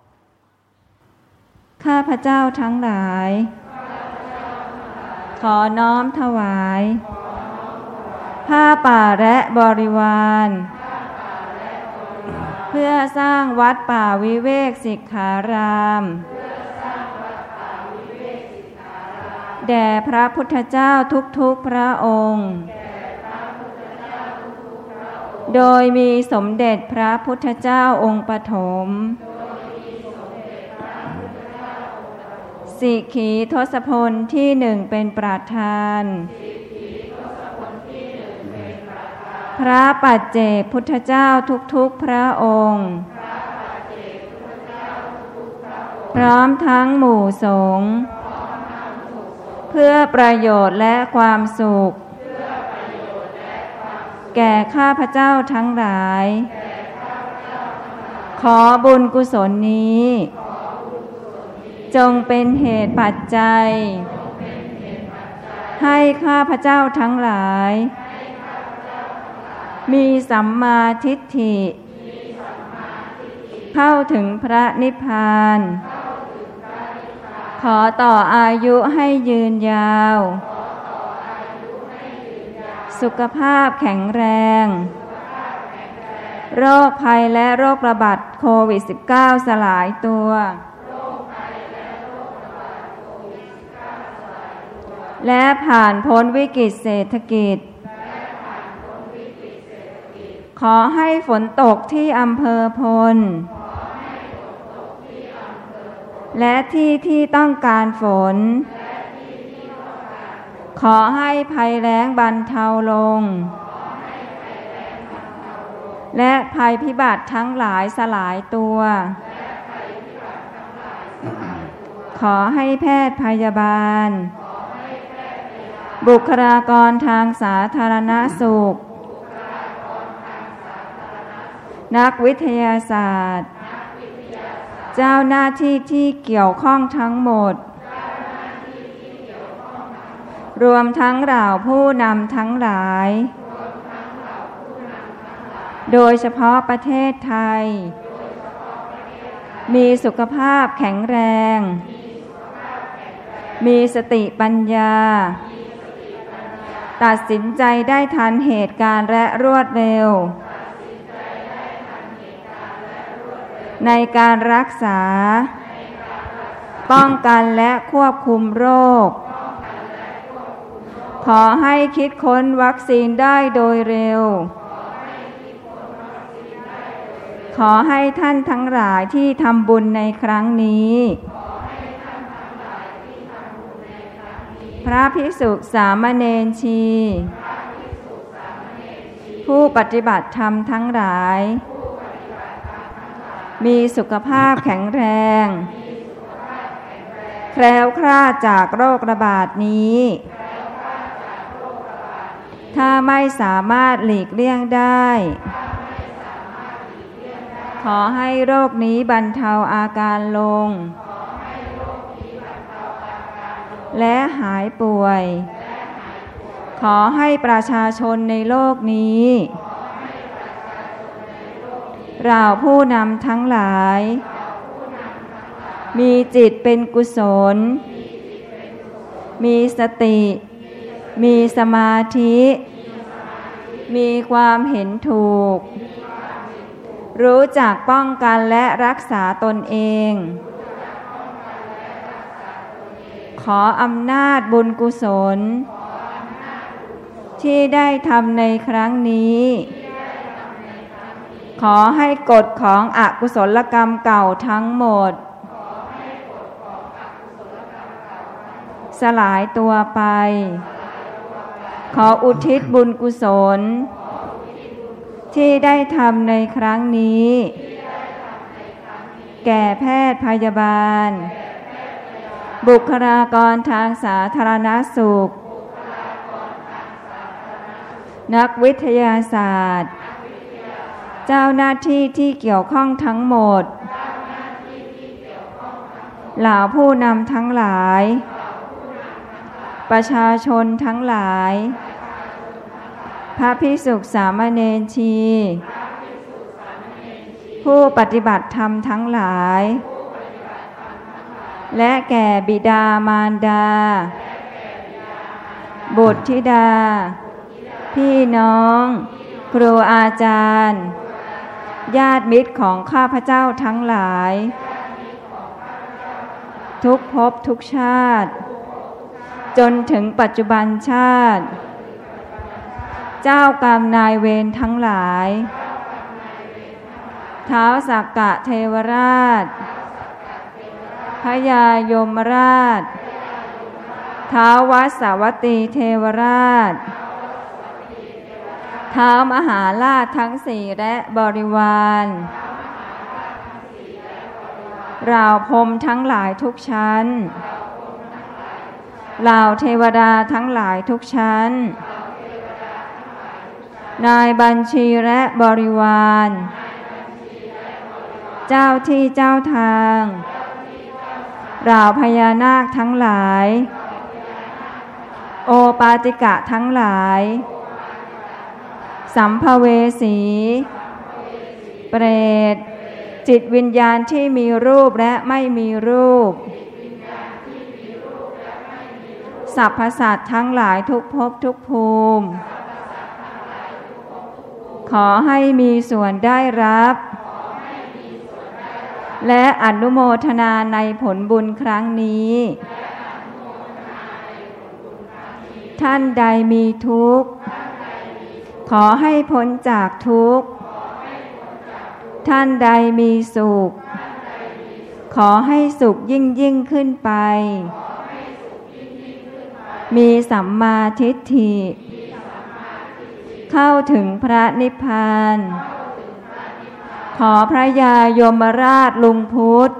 ข้าพเจ้าทั้งหลายขอน้อมถวายผ้าป่าและบริวารเพื่อสร้างวัดป่าวิเวกสิกขารามแด่พระพุทธเจ้าทุกๆพระองค์โดยมีสมเด็จพระพุทธเจ้าองค์ปฐมสิขีทศพลที่หนึ่งเป็นประธานพระปัจเจกพุทธเจ้าทุกๆพระองค์พร้อมทั้งหมู่สงฆ์เพื่อประโยชน์และความสุขแก่ข้าพเจ้าทั้งหลายขอบุญกุศลนี้จงเป็นเหตุปัจจัยให้ข้าพเจ้าทั้งหลายมีสัมมาทิฏฐิเข้าถึงพระนิพพานขอต่ออายุให้ยืนยาวสุขภาพแข็งแรงโรคภัยและโรคระบาดโควิด -19 สลายตัวและผ่านพ้นวิกฤตเศรษฐกิจขอให้ฝนตกที่อำเภอพลและที่ต้องการฝนขอให้ภัยแล้งบรรเทาลงและภัยพิบัติทั้งหลายสลายตัวขอให้แพทย์พยาบาลบุคลากรทางสาธารณสุขนักวิทยาศาสตร์เจ้าหน้าที่ที่เกี่ยวข้องทั้งหมดรวมทั้งเหล่าผู้นำทั้งหลายโดยเฉพาะประเทศไทยมีสุขภาพแข็งแรงมีสติปัญญาตัดสินใจได้ทันเหตุการณ์และรวดเร็วในการรักษาป้องกันและควบคุมโรคขอให้คิดค้นวัคซีนได้โดยเร็วขอให้ท่านทั้งหลายที่ทำบุญในครั้งนี้พระภิกษุสามเณรชีผู้ปฏิบัติธรรมทั้งหลายมีสุขภาพแข็งแรงแคล้วคลาดจากโรคระบาดนี้ถ้าไม่สามารถหลีกเลี่ยงได้ขอให้โรคนี้บรรเทาอาการลงและหายป่วยขอให้ประชาชนในโลกนี้เราผู้นำทั้งหลายมีจิตเป็นกุศลมีสติมีสมาธิมีความเห็นถูกรู้จักป้องกันและรักษาตนเองขออำนาจบุญกุศลที่ได้ทำในครั้งนี้ขอให้กฎของอกุศลกรรมเก่าทั้งหมดสลายตัวไปขออุทิศบุญกุศลที่ได้ทำในครั้งนี้แก่แพทย์พยาบาลบุคลากรทางสาธารณสุขนักวิทยาศาสตร์เจ้าหน้าที่ที่เกี่ยวข้องทั้งหมดเหล่าผู้นำทั้งหลายประชาชนทั้งหลายพระภิกษุสามเณรชีผู้ปฏิบัติธรรมทั้งหลายและแก่บิดามารดาบุตรธิดาพี่น้องครูอาจารย์ญาติมิตรของข้าพเจ้าทั้งหลายทุกภพทุกชาติจนถึงปัจจุบันชาติเจ้ากรรมนายเวรทั้งหลายท้าวสักกะเทวราชพญายมราชท้าววัสสวัตตีเทวราชท้าวมหาราชทั้งสี่และบริวารเหล่าพรหมทั้งหลายทุกชั้นเหล่าเทวดาทั้งหลายทุกชั้นนายบัญชีและบริวารเจ้าที่เจ้าทางเหล่าพญานาคทั้งหลายโอปาติกะทั้งหลายสัมภเวสีเปรตจิตวิญญาณที่มีรูปและไม่มีรูปสรรพสัตว์ทั้งหลายทุกภพทุกภูมิขอให้มีส่วนได้รับและอนุโมทนาในผลบุญครั้งนี้ท่านใดมีทุกข์ขอให้พ้นจากทุกข์ท่านใดมีสุขขอให้สุขยิ่งขึ้นไปมีสัมมาทิฏฐิเข้าถึงพระนิพพานขอพระยายมราชลุงพุทธ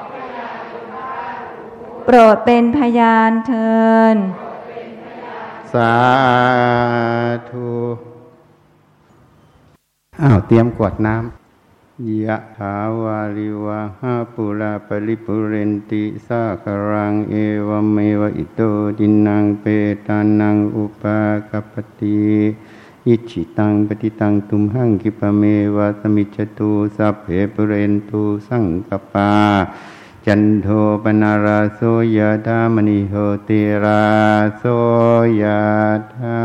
โปรดเป็นพยานเถิดสาธุเตรียมกวดน้ำยะถาวาริวะหาปุราปริปุเรนติสาคารังเอวเมวะอิโตทินังเปตานังอุปากัปปติอิจิตังปฏิตังตุมหังคิปะเมวะสมิจจตุสัพเพปุเรนตุสังกปาจันโทปนาราโสยธามณิโหติราโสยธา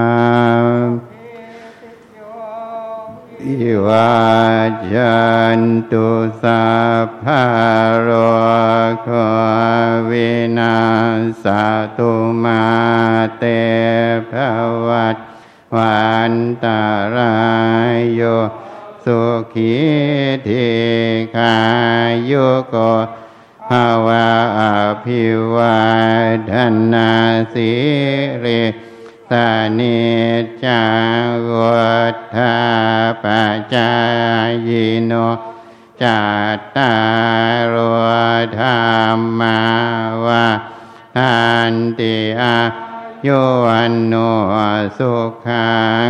อิวาจันตุสัพพะโรโควินาศตุมาเตภวัตวันตรายโยสุขีทีขายุโกภวะอภิวาทนาสิริสนิจจังวุฒาปัจจายโนจัตตารโอธรรมาวาทันติอายุวันโนสุขัง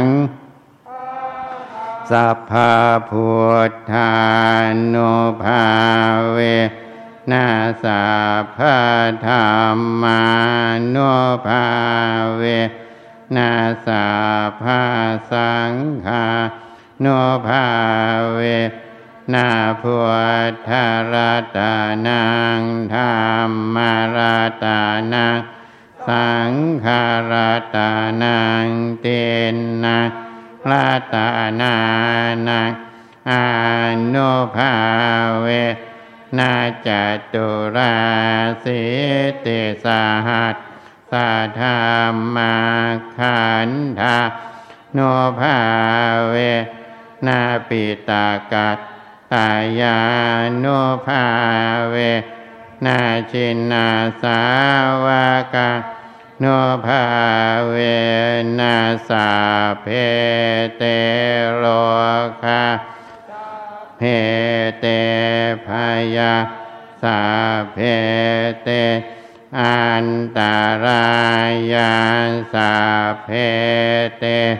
สัพพะพุทธานุภาเวนะสัพพะธัมมานุภาเวนะสัพพะสังฆานุภาเวนะพุทธรัตนังธัมมรัตนังสังฆรัตนังเตนะรัตนานังอนุภาเวนะจตุราสิติสหัสสะธัมมาขันธานุภาเวนะปิตากัตตายานุภาเวนะชินนาสาวกานุภาเวนะสัพเพเตโลกาเพเตพยาสัพเพเตอันตรายาสัพเพเต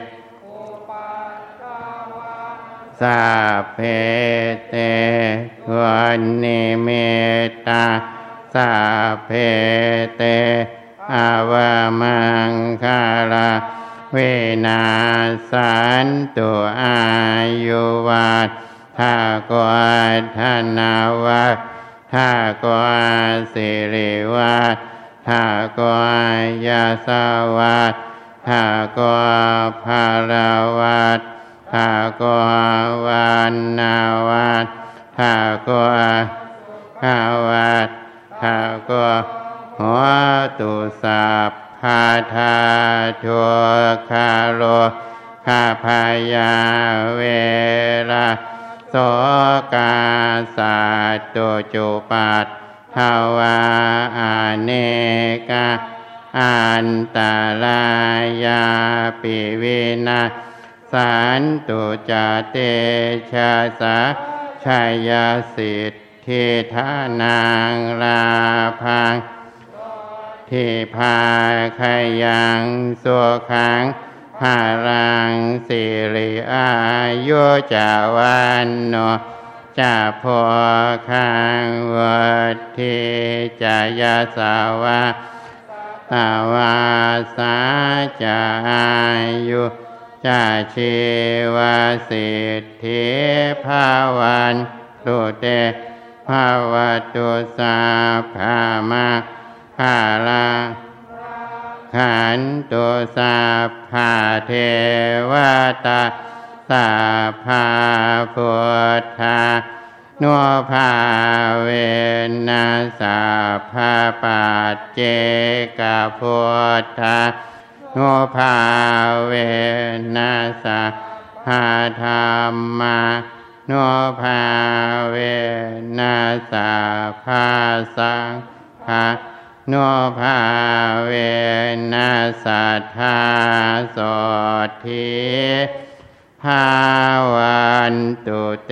สัพเพเตวันนิเมตตาสัพเพเตอวมังคาลาเวนัสสันตุอายุวัฏฐากวัฒนาวัฏฐากวาสิริวัฏฐากวายาสวัฏฐากวาภาราวัฏฐากวาวันนาวัฏฐากวาภาวัฏฐากวาหัวตุสัพพาทาทุกขาโลคาพายาเวราโสกาสัตตุจุปัฏฐาวาอเนกาอันตรายาปิวินาสันตุจเตชะสะชัยสิทธิธานังลาภังทิพาคายังสุขังภารังสิริอายุจาวันโนจาโพคังวัฏทิจายาสาวะตาวาสาจาอายุจาชีวสิทธิภาวันตุเตภาวตุสัพพามาภาลาขันตุสัพพะเทวตาสัพพะพุทธานุภาเวนัสสัพพะปัจเจกพุทธานุภาเวนัสสัพพะธัมมานุภาเวนัสสัพพะสังฆานุภาเวนัสสัทธาโสทิภาวันตุเต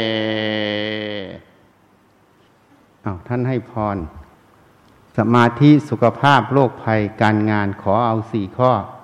ท่านให้พรสมาธิสุขภาพโรคภัยการงานขอเอา4 ข้อ